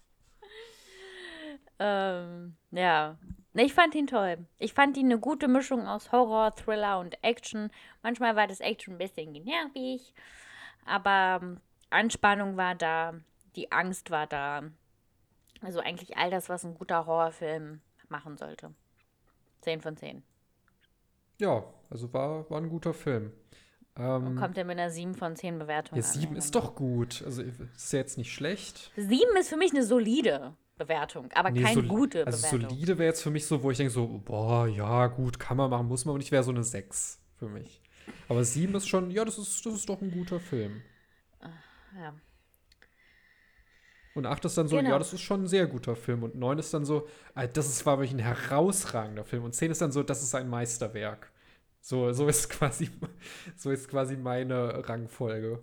Ähm, ja. Nee, ich fand ihn toll. Ich fand ihn eine gute Mischung aus Horror, Thriller und Action. Manchmal war das Action ein bisschen nervig, aber ähm, Anspannung war da, die Angst war da. Also eigentlich all das, was ein guter Horrorfilm machen sollte. Zehn von zehn. Ja, also war, war ein guter Film. Und Ähm, kommt er mit einer sieben von zehn Bewertung ja, an. sieben ist doch gut. Also ist ja jetzt nicht schlecht. sieben ist für mich eine solide Bewertung, aber Nee, keine soli gute also Bewertung. solide wäre jetzt für mich so, wo ich denke so, boah, ja, gut, kann man machen, muss man, aber nicht, wäre so eine sechs für mich. Aber sieben ist schon, ja, das ist, das ist doch ein guter Film. Ja. Und acht ist dann so, ja, Genau. das ist schon ein sehr guter Film. Und neun ist dann so, ah, das ist, war wirklich ein herausragender Film. Und zehn ist dann so, das ist ein Meisterwerk. So, so ist quasi, so ist quasi meine Rangfolge.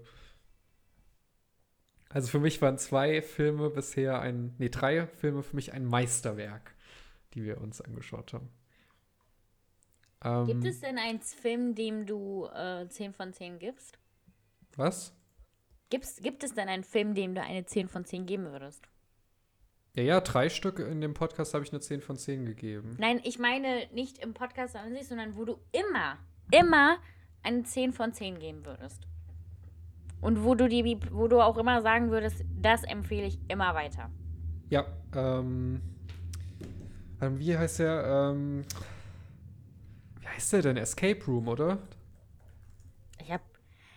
Also für mich waren zwei Filme bisher ein, nee, drei Filme für mich ein Meisterwerk, die wir uns angeschaut haben. Ähm, Gibt es denn einen Film, dem du äh, zehn von zehn gibst? Was? Gibt's, gibt es denn einen Film, dem du eine zehn von zehn geben würdest? Ja, ja, drei Stück in dem Podcast habe ich eine zehn von zehn gegeben. Nein, ich meine nicht im Podcast an sich, sondern wo du immer, immer eine zehn von zehn geben würdest. Und wo du, die, wo du auch immer sagen würdest, das empfehle ich immer weiter. Ja, ähm, ähm, wie heißt der, ähm, wie heißt der denn? Escape Room, oder? Ich hab,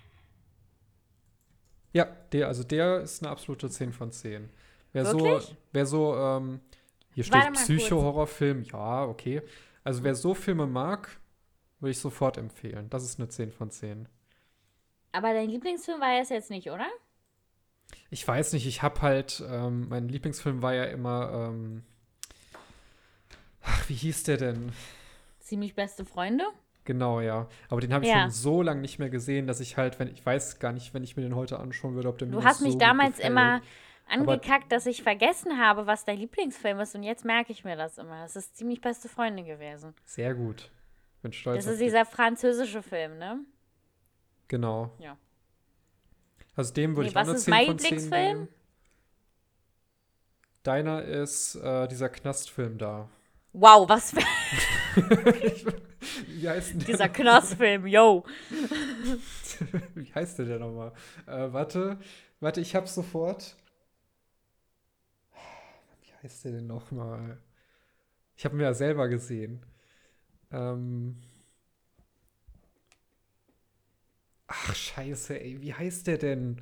Ja, der, also der ist eine absolute zehn von zehn. Wer so, Wirklich? wer so, ähm, hier Warte steht mal Psycho-Horrorfilm, ja, okay. Also wer so Filme mag, würde ich sofort empfehlen. Das ist eine zehn von zehn. aber dein Lieblingsfilm war es jetzt nicht, oder? Ich weiß nicht, ich habe halt, ähm, mein Lieblingsfilm war ja immer, ähm, ach, wie hieß der denn? Ziemlich beste Freunde? Genau, ja. Aber den habe ich Ja. schon so lange nicht mehr gesehen, dass ich halt, wenn ich weiß gar nicht, wenn ich mir den heute anschauen würde, ob der mir Du noch hast so mich gut damals gefällt. immer Aber- angekackt, dass ich vergessen habe, was dein Lieblingsfilm ist. Und jetzt merke ich mir das immer. Es ist ziemlich beste Freunde gewesen. Sehr gut. Bin stolz Das auf ist dich. dieser französische Film, ne? Genau. Ja. Also dem würde Nee, ich auch was eine ist zehn mein von zehn Lieblingsfilm? geben. Deiner ist äh, dieser Knastfilm da. Wow, was für Wie heißt denn der? dieser Knastfilm, yo. Wie heißt der denn nochmal? Äh, warte, warte, ich hab's sofort. Wie heißt der denn nochmal? Ich habe ihn ja selber gesehen. Ähm. Ach, scheiße, ey, wie heißt der denn?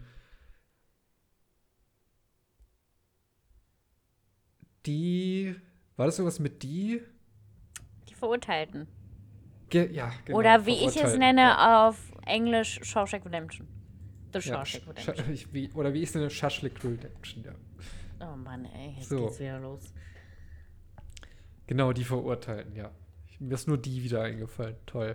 Die. War das irgendwas mit die? Die Verurteilten. Ge ja, genau. Oder wie ich es Verurteilten, nenne ja. auf Englisch, Shawshank Redemption. The Ja, Shawshank Sch- Redemption. Sch- ich, wie, oder wie ist denn eine Shashlik Redemption? Ja. Oh Mann, ey, jetzt So. geht's wieder los. Genau, die Verurteilten, ja. Mir ist nur die wieder eingefallen. Toll.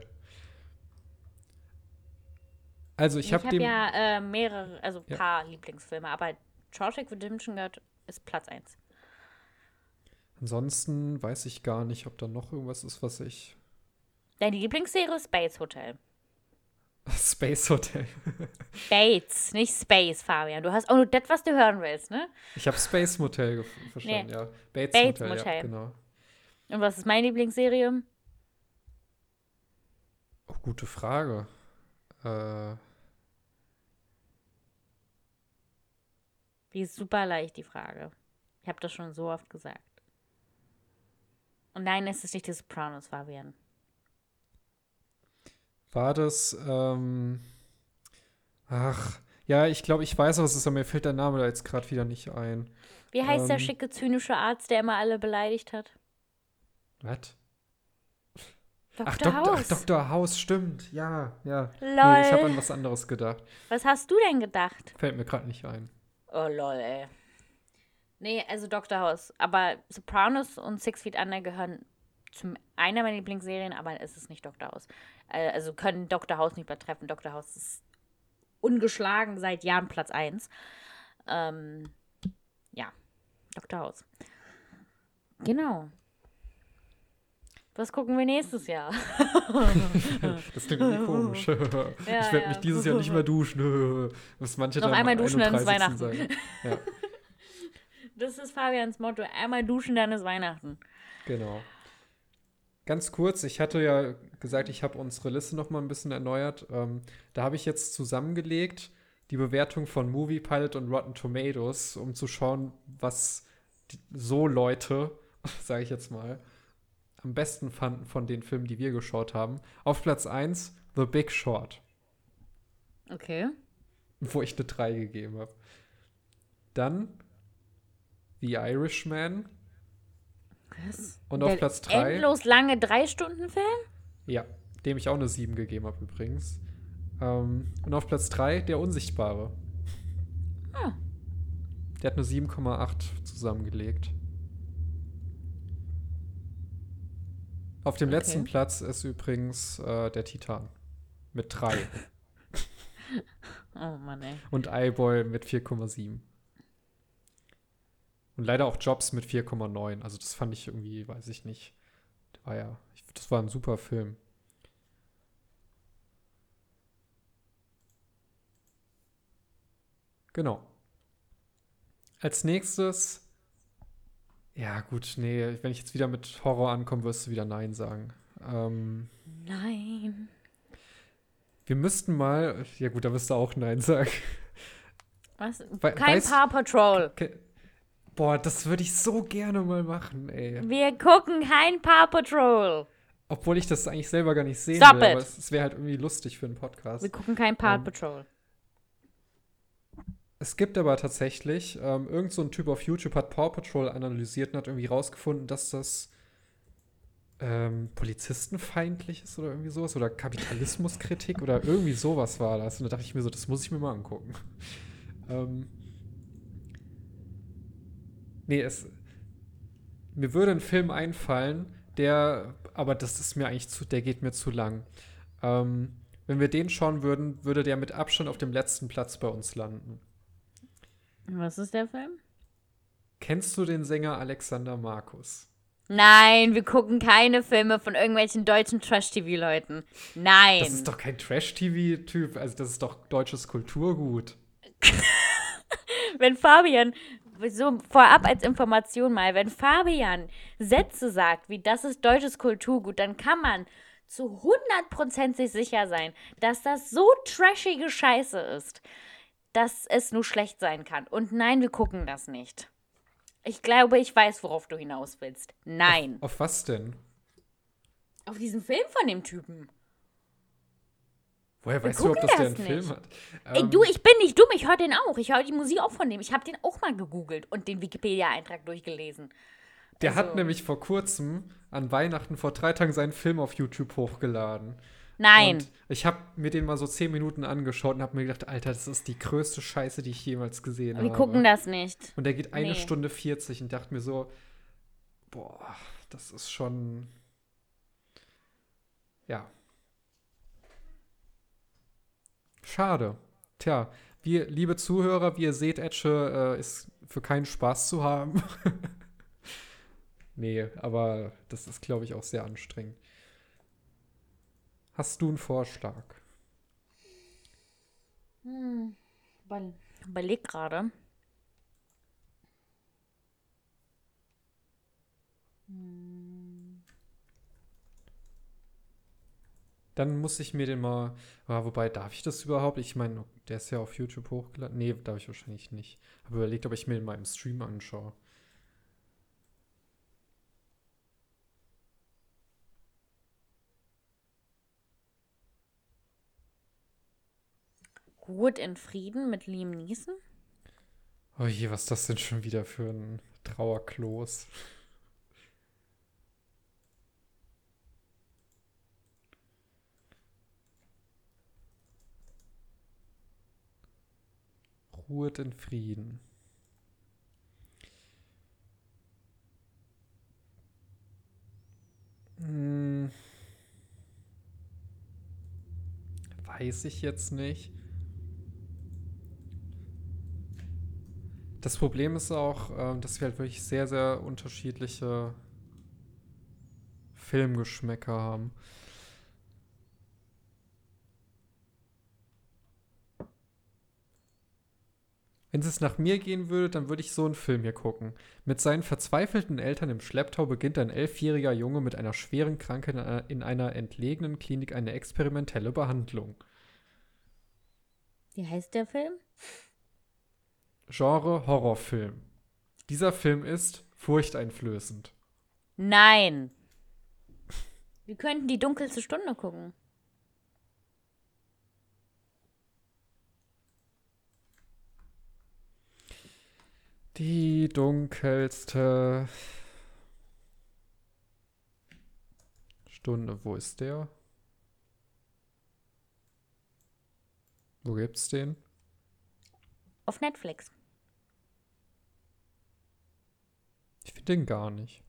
Also ich Ich habe habe dem. ja äh, mehrere, also ein Ja. paar Lieblingsfilme, aber Shawshank Redemption gehört, ist Platz eins. Ansonsten weiß ich gar nicht, ob da noch irgendwas ist, was ich. Deine Lieblingsserie ist Bates Hotel. Space Hotel. Bates, nicht Space, Fabian. Du hast auch nur das, was du hören willst, ne? Ich habe Space Motel gef- verstanden, Nee. ja. Bates, Bates Motel, ja, Motel. genau. Und was ist meine Lieblingsserie? Oh, gute Frage. Äh, Die ist super leicht, die Frage. Ich habe das schon so oft gesagt. Und nein, es ist nicht die Sopranos, Fabian. War das, ähm, ach, ja, ich glaube, ich weiß, was es ist, aber mir fällt der Name da jetzt gerade wieder nicht ein. Wie heißt der Ähm, schicke, zynische Arzt, der immer alle beleidigt hat? was? Ach, Doktor Doktor, ach, House. Doktor House, stimmt. Ja, ja. Nee, ich habe Lol. an was anderes gedacht. Was hast du denn gedacht? Fällt mir gerade nicht ein. Oh, lol, ey. Nee, also Doktor House. Aber Sopranos und Six Feet Under gehören zu einer meiner Lieblingsserien, aber es ist nicht Doktor House. Äh, also können Doktor House nicht übertreffen. Doktor House ist ungeschlagen seit Jahren Platz eins. Ähm, ja, Doktor House. Genau. Was gucken wir nächstes Jahr? Das klingt irgendwie komisch. Ja, Ich werde ja. mich dieses Jahr nicht mehr duschen. Was manche Noch dann am einmal duschen, dann ist einunddreißigsten Weihnachten. sagen. Ja, Das ist Fabians Motto. Einmal duschen, dann ist Weihnachten. genau. Ganz kurz, ich hatte ja gesagt, ich habe unsere Liste noch mal ein bisschen erneuert. Ähm, da habe ich jetzt zusammengelegt die Bewertung von Movie Pilot und Rotten Tomatoes, um zu schauen, was die, so Leute, sage ich jetzt mal, am besten fanden von den Filmen, die wir geschaut haben. Auf Platz eins The Big Short, Okay. wo ich eine drei gegeben habe. Dann The Irishman Was? und auf Der Platz drei, endlos lange Drei-Stunden-Film? ja, dem ich auch eine sieben gegeben habe übrigens. Ähm, und auf Platz drei Der Unsichtbare. Ah. Der hat eine sieben Komma acht zusammengelegt. Auf dem Okay. letzten Platz ist übrigens äh, der Titan mit drei Oh Mann, ey. und iBoy mit vier Komma sieben. Und leider auch Jobs mit vier Komma neun. Also das fand ich irgendwie, weiß ich nicht. Das war ja, ich, das war ein super Film. Genau. Als nächstes, ja gut, nee, wenn ich jetzt wieder mit Horror ankomme, wirst du wieder Nein sagen. Ähm, Nein. wir müssten mal, ja gut, da wirst du auch Nein sagen. Was? We Kein weißt- Paw Patrol. Ke- Boah, das würde ich so gerne mal machen, ey. Wir gucken kein Paw Patrol. Obwohl ich das eigentlich selber gar nicht sehen Stop will, it. aber es, es wäre halt irgendwie lustig für einen Podcast. Wir gucken kein Paw Ähm, Patrol. Es gibt aber tatsächlich, ähm, irgend so ein Typ auf YouTube hat Paw Patrol analysiert und hat irgendwie rausgefunden, dass das ähm, polizistenfeindlich ist oder irgendwie sowas oder Kapitalismuskritik oder irgendwie sowas war das. Und da dachte ich mir so, das muss ich mir mal angucken. ähm, nee, es, mir würde ein Film einfallen, der, aber das ist mir eigentlich zu, der geht mir zu lang. Ähm, wenn wir den schauen würden, würde der mit Abstand auf dem letzten Platz bei uns landen. Was ist der Film? Kennst du den Sänger Alexander Markus? Nein, wir gucken keine Filme von irgendwelchen deutschen Trash-T V-Leuten. Nein. Das ist doch kein Trash-T V-Typ, also das ist doch deutsches Kulturgut. Wenn Fabian, so vorab als Information mal, wenn Fabian Sätze sagt, wie das ist deutsches Kulturgut, dann kann man zu hundert Prozent sich sicher sein, dass das so trashige Scheiße ist, dass es nur schlecht sein kann. Und nein, wir gucken das nicht. Ich glaube, ich weiß, worauf du hinaus willst. Nein. Auf, auf was denn? Auf diesen Film von dem Typen. Woher Wir weißt du, ob gucken das der das einen Film nicht. hat? Ey, Ähm, du, ich bin nicht dumm, ich höre den auch. Ich höre die Musik auch von dem. Ich habe den auch mal gegoogelt und den Wikipedia-Eintrag durchgelesen. der also- hat nämlich vor kurzem an Weihnachten vor drei Tagen seinen Film auf YouTube hochgeladen. Nein. Und ich habe mir den mal so zehn Minuten angeschaut und habe mir gedacht, Alter, das ist die größte Scheiße, die ich jemals gesehen Wir habe. gucken das nicht. Und der geht eine Nee. Stunde vierzig und dachte mir so, boah, das ist schon, ja. Schade. Tja, wir, liebe Zuhörer, wie ihr seht, Etche äh, ist für keinen Spaß zu haben. Nee, aber das ist, glaube ich, auch sehr anstrengend. Hast du einen Vorschlag? Hm. Überle überleg gerade. Dann muss ich mir den mal. Ah, wobei, darf ich das überhaupt? Ich meine, der ist ja auf YouTube hochgeladen. Nee, darf ich wahrscheinlich nicht. Habe überlegt, ob ich mir den mal im Stream anschaue. Ruhet in Frieden mit Liam Neeson. Oh je, was ist das denn schon wieder für ein Trauerklos? Ruhet in Frieden. Hm. Weiß ich jetzt nicht. Das Problem ist auch, ähm, dass wir halt wirklich sehr, sehr unterschiedliche Filmgeschmäcker haben. Wenn es nach mir gehen würde, dann würde ich so einen Film hier gucken. Mit seinen verzweifelten Eltern im Schlepptau beginnt ein elfjähriger Junge mit einer schweren Krankheit in einer, in einer entlegenen Klinik eine experimentelle Behandlung. Wie heißt der Film? Genre Horrorfilm. Dieser Film ist furchteinflößend. Nein. Wir könnten die dunkelste Stunde gucken. Die dunkelste Stunde. Wo ist der? Wo gibt's den? Auf Netflix. Ich finde den gar nicht.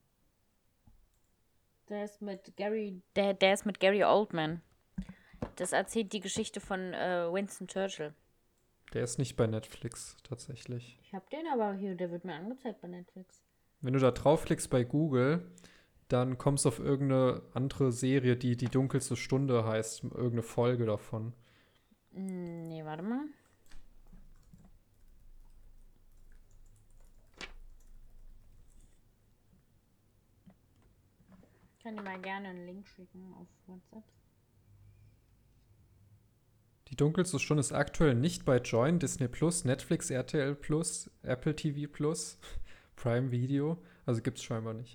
Der ist mit Gary, der, der ist mit Gary Oldman. Das erzählt die Geschichte von äh, Winston Churchill. Der ist nicht bei Netflix, tatsächlich. Ich hab den aber hier, der wird mir angezeigt bei Netflix. Wenn du da draufklickst bei Google, dann kommst du auf irgendeine andere Serie, die die dunkelste Stunde heißt. Irgendeine Folge davon. Nee, warte mal. Ich kann dir mal gerne einen Link schicken auf WhatsApp. Die dunkelste Stunde ist aktuell nicht bei Join, Disney Plus, Netflix, R T L Plus, Apple T V Plus, Prime Video. Also gibt's scheinbar nicht.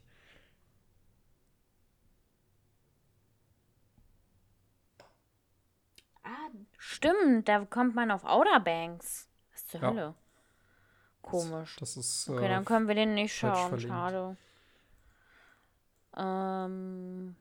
Ah, stimmt, da kommt man auf Outer Banks. Was zur Ja. Hölle? Komisch. Das ist. Okay, äh, dann können wir den nicht falsch schauen. verlinkt. Schade. Ähm,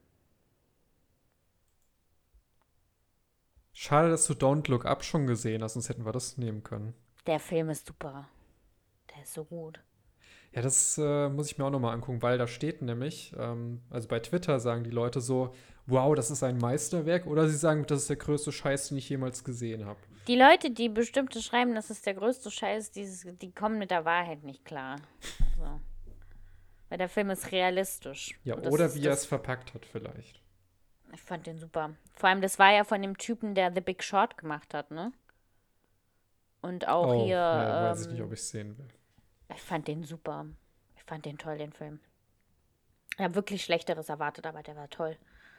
Schade, dass du Don't Look Up schon gesehen hast, sonst hätten wir das nehmen können. der Film ist super. Der ist so gut. Ja, das äh, muss ich mir auch nochmal angucken, weil da steht nämlich, ähm, also bei Twitter sagen die Leute so, wow, das ist ein Meisterwerk, oder sie sagen, das ist der größte Scheiß, den ich jemals gesehen habe. Die Leute, die bestimmte schreiben, das ist der größte Scheiß, dieses, die kommen mit der Wahrheit nicht klar. So. Weil der Film ist realistisch. Ja, Und das oder ist wie er das- es verpackt hat vielleicht. Ich fand den super. Vor allem, das war ja von dem Typen, der The Big Short gemacht hat, ne? Und auch oh, hier. ja, ähm, weiß ich nicht, ob ich es sehen will. Ich fand den super. Ich fand den toll, den Film. Ich habe wirklich Schlechteres erwartet, aber der war toll.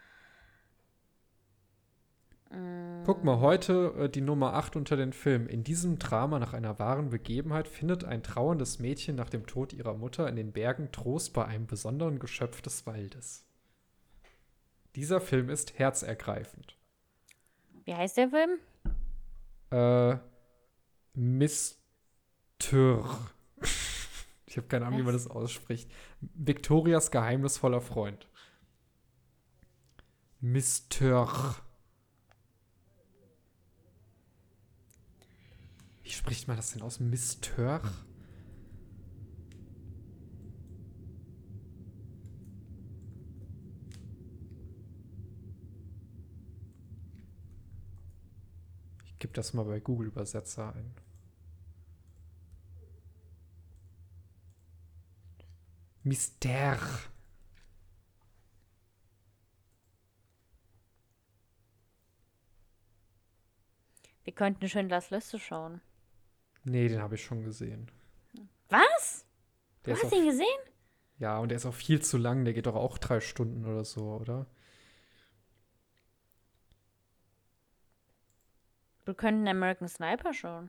Guck mal, heute äh, die Nummer acht unter den Filmen. In diesem Drama nach einer wahren Begebenheit findet ein trauerndes Mädchen nach dem Tod ihrer Mutter in den Bergen Trost bei einem besonderen Geschöpf des Waldes. Dieser Film ist herzergreifend. Wie heißt der Film? Äh, Mister Ich habe keine Ahnung, wie man das ausspricht. Victorias geheimnisvoller Freund. Mister Wie spricht man das denn aus? Mister Ich gebe das mal bei Google Übersetzer ein. Mister. Wir könnten Schindlers Liste schauen. Nee, den habe ich schon gesehen. Was? Du Der ist hast auch, ihn gesehen? ja, und der ist auch viel zu lang. Der geht doch auch drei Stunden oder so, oder? Wir könnten American Sniper schauen.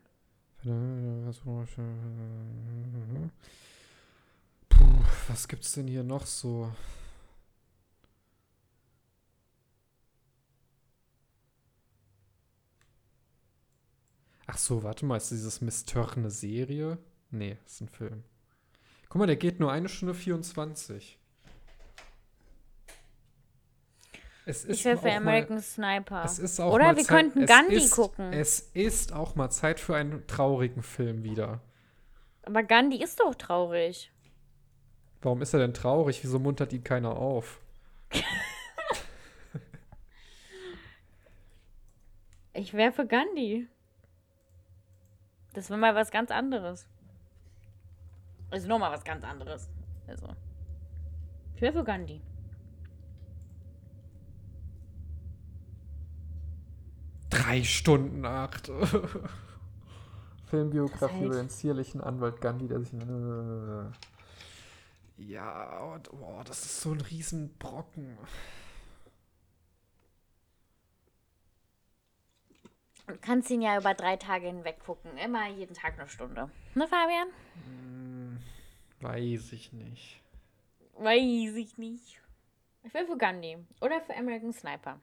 Puh, was gibt's denn hier noch so? Ach so, warte mal, ist dieses Miss Turner eine Serie? Nee, ist ein Film. Guck mal, der geht nur eine Stunde vierundzwanzig. Es Ich ist wäre für auch mal, American Sniper. es ist auch Oder mal wir Zeit, könnten es Gandhi ist, gucken. Es ist auch mal Zeit für einen traurigen Film wieder. Aber Gandhi ist doch traurig. Warum ist er denn traurig? Wieso muntert ihn keiner auf? Ich wäre für Gandhi. Das wäre mal was ganz anderes. Also nochmal was ganz anderes. Also. Ich wäre für Gandhi. Drei Stunden acht. Filmbiografie heißt- über den zierlichen Anwalt Gandhi, der sich. Äh, ja, und, oh, das ist so ein Riesenbrocken. Du kannst ihn ja über drei Tage hinweg gucken. Immer jeden Tag eine Stunde. Ne, Fabian? Hm, weiß ich nicht. Weiß ich nicht. Ich will für Gandhi. Oder für American Sniper.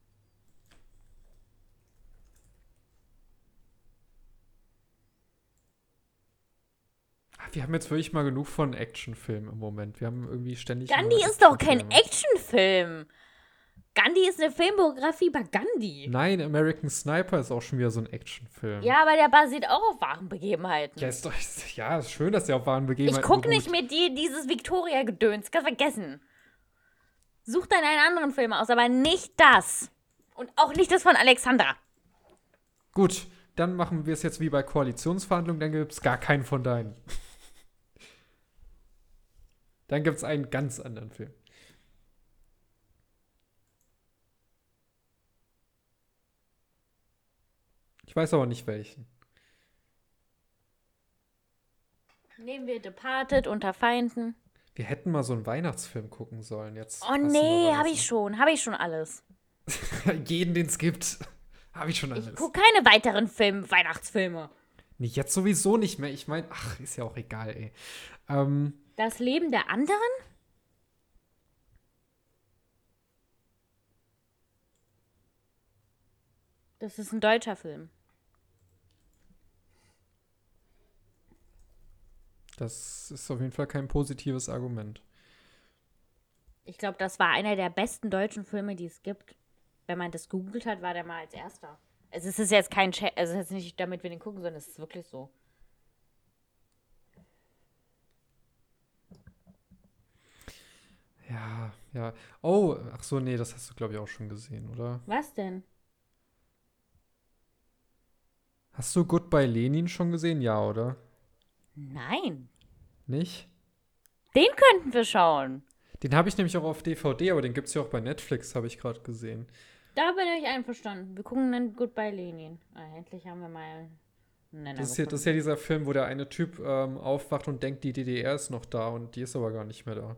Wir haben jetzt wirklich mal genug von Actionfilmen im Moment. Wir haben irgendwie ständig. Gandhi nur ist doch kein Actionfilme. Actionfilm. Gandhi ist eine Filmbiografie über Gandhi. Nein, American Sniper ist auch schon wieder so ein Actionfilm. Ja, aber der basiert auch auf wahren Begebenheiten. Ja, ist doch, ja, ist schön, dass der auf wahren Ich Begebenheiten guck beruht. nicht mit dir dieses Victoria-Gedöns. Kannst vergessen. Such dann einen anderen Film aus, aber nicht das. Und auch nicht das von Alexandra. Gut, dann machen wir es jetzt wie bei Koalitionsverhandlungen, dann gibt es gar keinen von deinen. Dann gibt es einen ganz anderen Film. Ich weiß aber nicht welchen. Nehmen wir Departed unter Feinden. Wir hätten mal so einen Weihnachtsfilm gucken sollen. Jetzt Oh passenderweise. nee, hab ich schon. Hab ich schon alles. Jeden, den es gibt. Habe ich schon alles. Ich guck keine weiteren Film Weihnachtsfilme. Nee, jetzt sowieso nicht mehr. Ich meine, ach, ist ja auch egal, ey. Ähm, Das Leben der anderen? Das ist ein deutscher Film. das ist auf jeden Fall kein positives Argument. Ich glaube, das war einer der besten deutschen Filme, die es gibt. Wenn man das gegoogelt hat, war der mal als erster. Also es ist jetzt kein Chat, also es ist jetzt nicht, damit wir den gucken, sondern es ist wirklich so. Ja, ja. Oh, ach so, nee, das hast du, glaube ich, auch schon gesehen, oder? Was denn? Hast du Goodbye Lenin schon gesehen? Ja, oder? Nein. Nicht? Den könnten wir schauen. Den habe ich nämlich auch auf D V D, aber den gibt es ja auch bei Netflix, habe ich gerade gesehen. Da bin ich einverstanden. Wir gucken dann Goodbye Lenin. Ah, endlich haben wir mal einen Nenner Das ist, ja, das ist ja dieser Film, wo der eine Typ ähm, aufwacht und denkt, die D D R ist noch da und die ist aber gar nicht mehr da.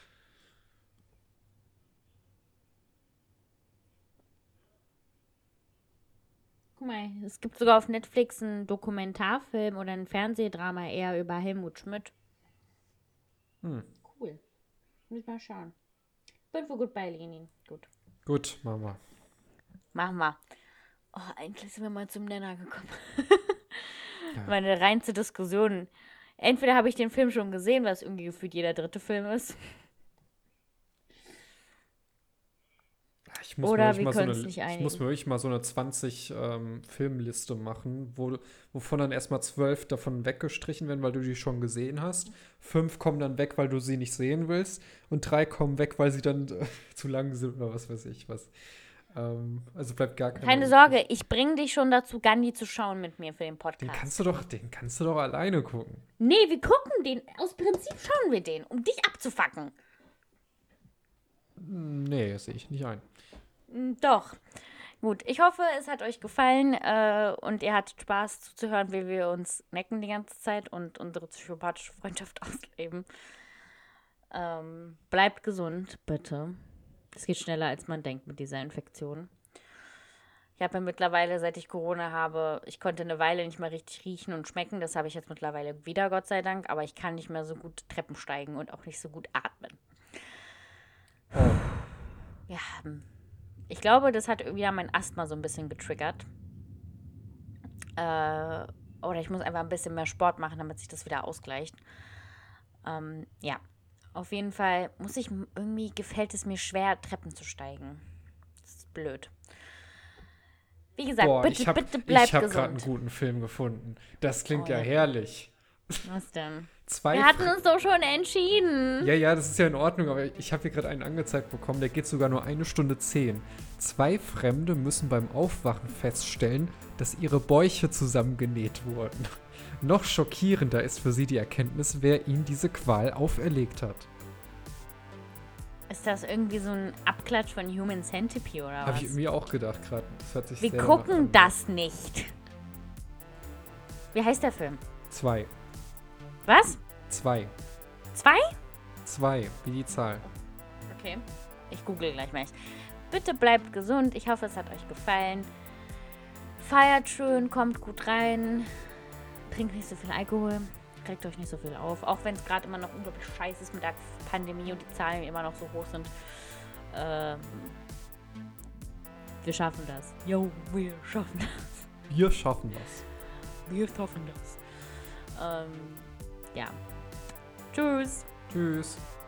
Guck mal, es gibt sogar auf Netflix einen Dokumentarfilm oder ein Fernsehdrama eher über Helmut Schmidt. Hm. Cool. Muss mal schauen. Bin für Goodbye Lenin. Gut. Gut, Mama. Machen wir. Oh, eigentlich sind wir mal zum Nenner gekommen. Ja. Meine reinste Diskussion. Entweder habe ich den Film schon gesehen, was irgendwie gefühlt jeder dritte Film ist. Ich muss, Oder mir wir wirklich mal so können es eine, nicht ich einigen. muss mir wirklich mal so eine zwanzig ähm, Filmliste machen, wo, wovon dann erstmal zwölf davon weggestrichen werden, weil du die schon gesehen hast. Fünf kommen dann weg, weil du sie nicht sehen willst. Und drei kommen weg, weil sie dann äh, zu lang sind oder was weiß ich was. Ähm, also bleibt gar keine. Keine Sorge, ich bringe dich schon dazu, Gandhi zu schauen mit mir für den Den Podcast. kannst du doch, den kannst du doch alleine gucken. Nee, wir gucken den. Aus Prinzip schauen wir den, um dich abzufacken. Nee, das sehe ich nicht ein. Mm, Doch. Gut, ich hoffe, es hat euch gefallen äh, und ihr hattet Spaß zuzuhören, wie wir uns necken die ganze Zeit und unsere psychopathische Freundschaft ausleben. Ähm, bleibt gesund, bitte. Es geht schneller, als man denkt mit dieser Infektion. Ich habe ja mittlerweile, seit ich Corona habe, ich konnte eine Weile nicht mehr richtig riechen und schmecken. Das habe ich jetzt mittlerweile wieder, Gott sei Dank. Aber ich kann nicht mehr so gut Treppen steigen und auch nicht so gut atmen. Ja, ich glaube, das hat wieder mein Asthma so ein bisschen getriggert. Äh, oder ich muss einfach ein bisschen mehr Sport machen, damit sich das wieder ausgleicht. Ähm, ja, auf jeden Fall muss ich, irgendwie gefällt es mir schwer, Treppen zu steigen. Das ist blöd. Wie gesagt, Boah, bitte, ich habe bitte bleib ich hab gerade einen gesund. guten Film gefunden. Das klingt Oh, ja ja. herrlich. Was denn? Zwei Wir hatten Fre- uns doch schon entschieden. Ja, ja, das ist ja in Ordnung, aber ich habe hier gerade einen angezeigt bekommen, der geht sogar nur eine Stunde zehn. Zwei Fremde müssen beim Aufwachen feststellen, dass ihre Bäuche zusammengenäht wurden. Noch schockierender ist für sie die Erkenntnis, wer ihnen diese Qual auferlegt hat. Ist das irgendwie so ein Abklatsch von Human Centipede oder Habe was? ich mir auch gedacht gerade. Das hört sich Wir sehr danach gucken an. das nicht. Wie heißt der Film? Zwei. Was? Zwei. Zwei? Zwei, wie die Zahl. Okay. Ich google gleich mal. Bitte bleibt gesund. Ich hoffe, es hat euch gefallen. Feiert schön, kommt gut rein. Trinkt nicht so viel Alkohol. Regt euch nicht so viel auf. Auch wenn es gerade immer noch unglaublich scheiße ist mit der Pandemie und die Zahlen immer noch so hoch sind. Ähm, wir schaffen das. Jo, wir schaffen das. Wir schaffen das. Wir schaffen das. Ähm, ja. Tschüss. Tschüss.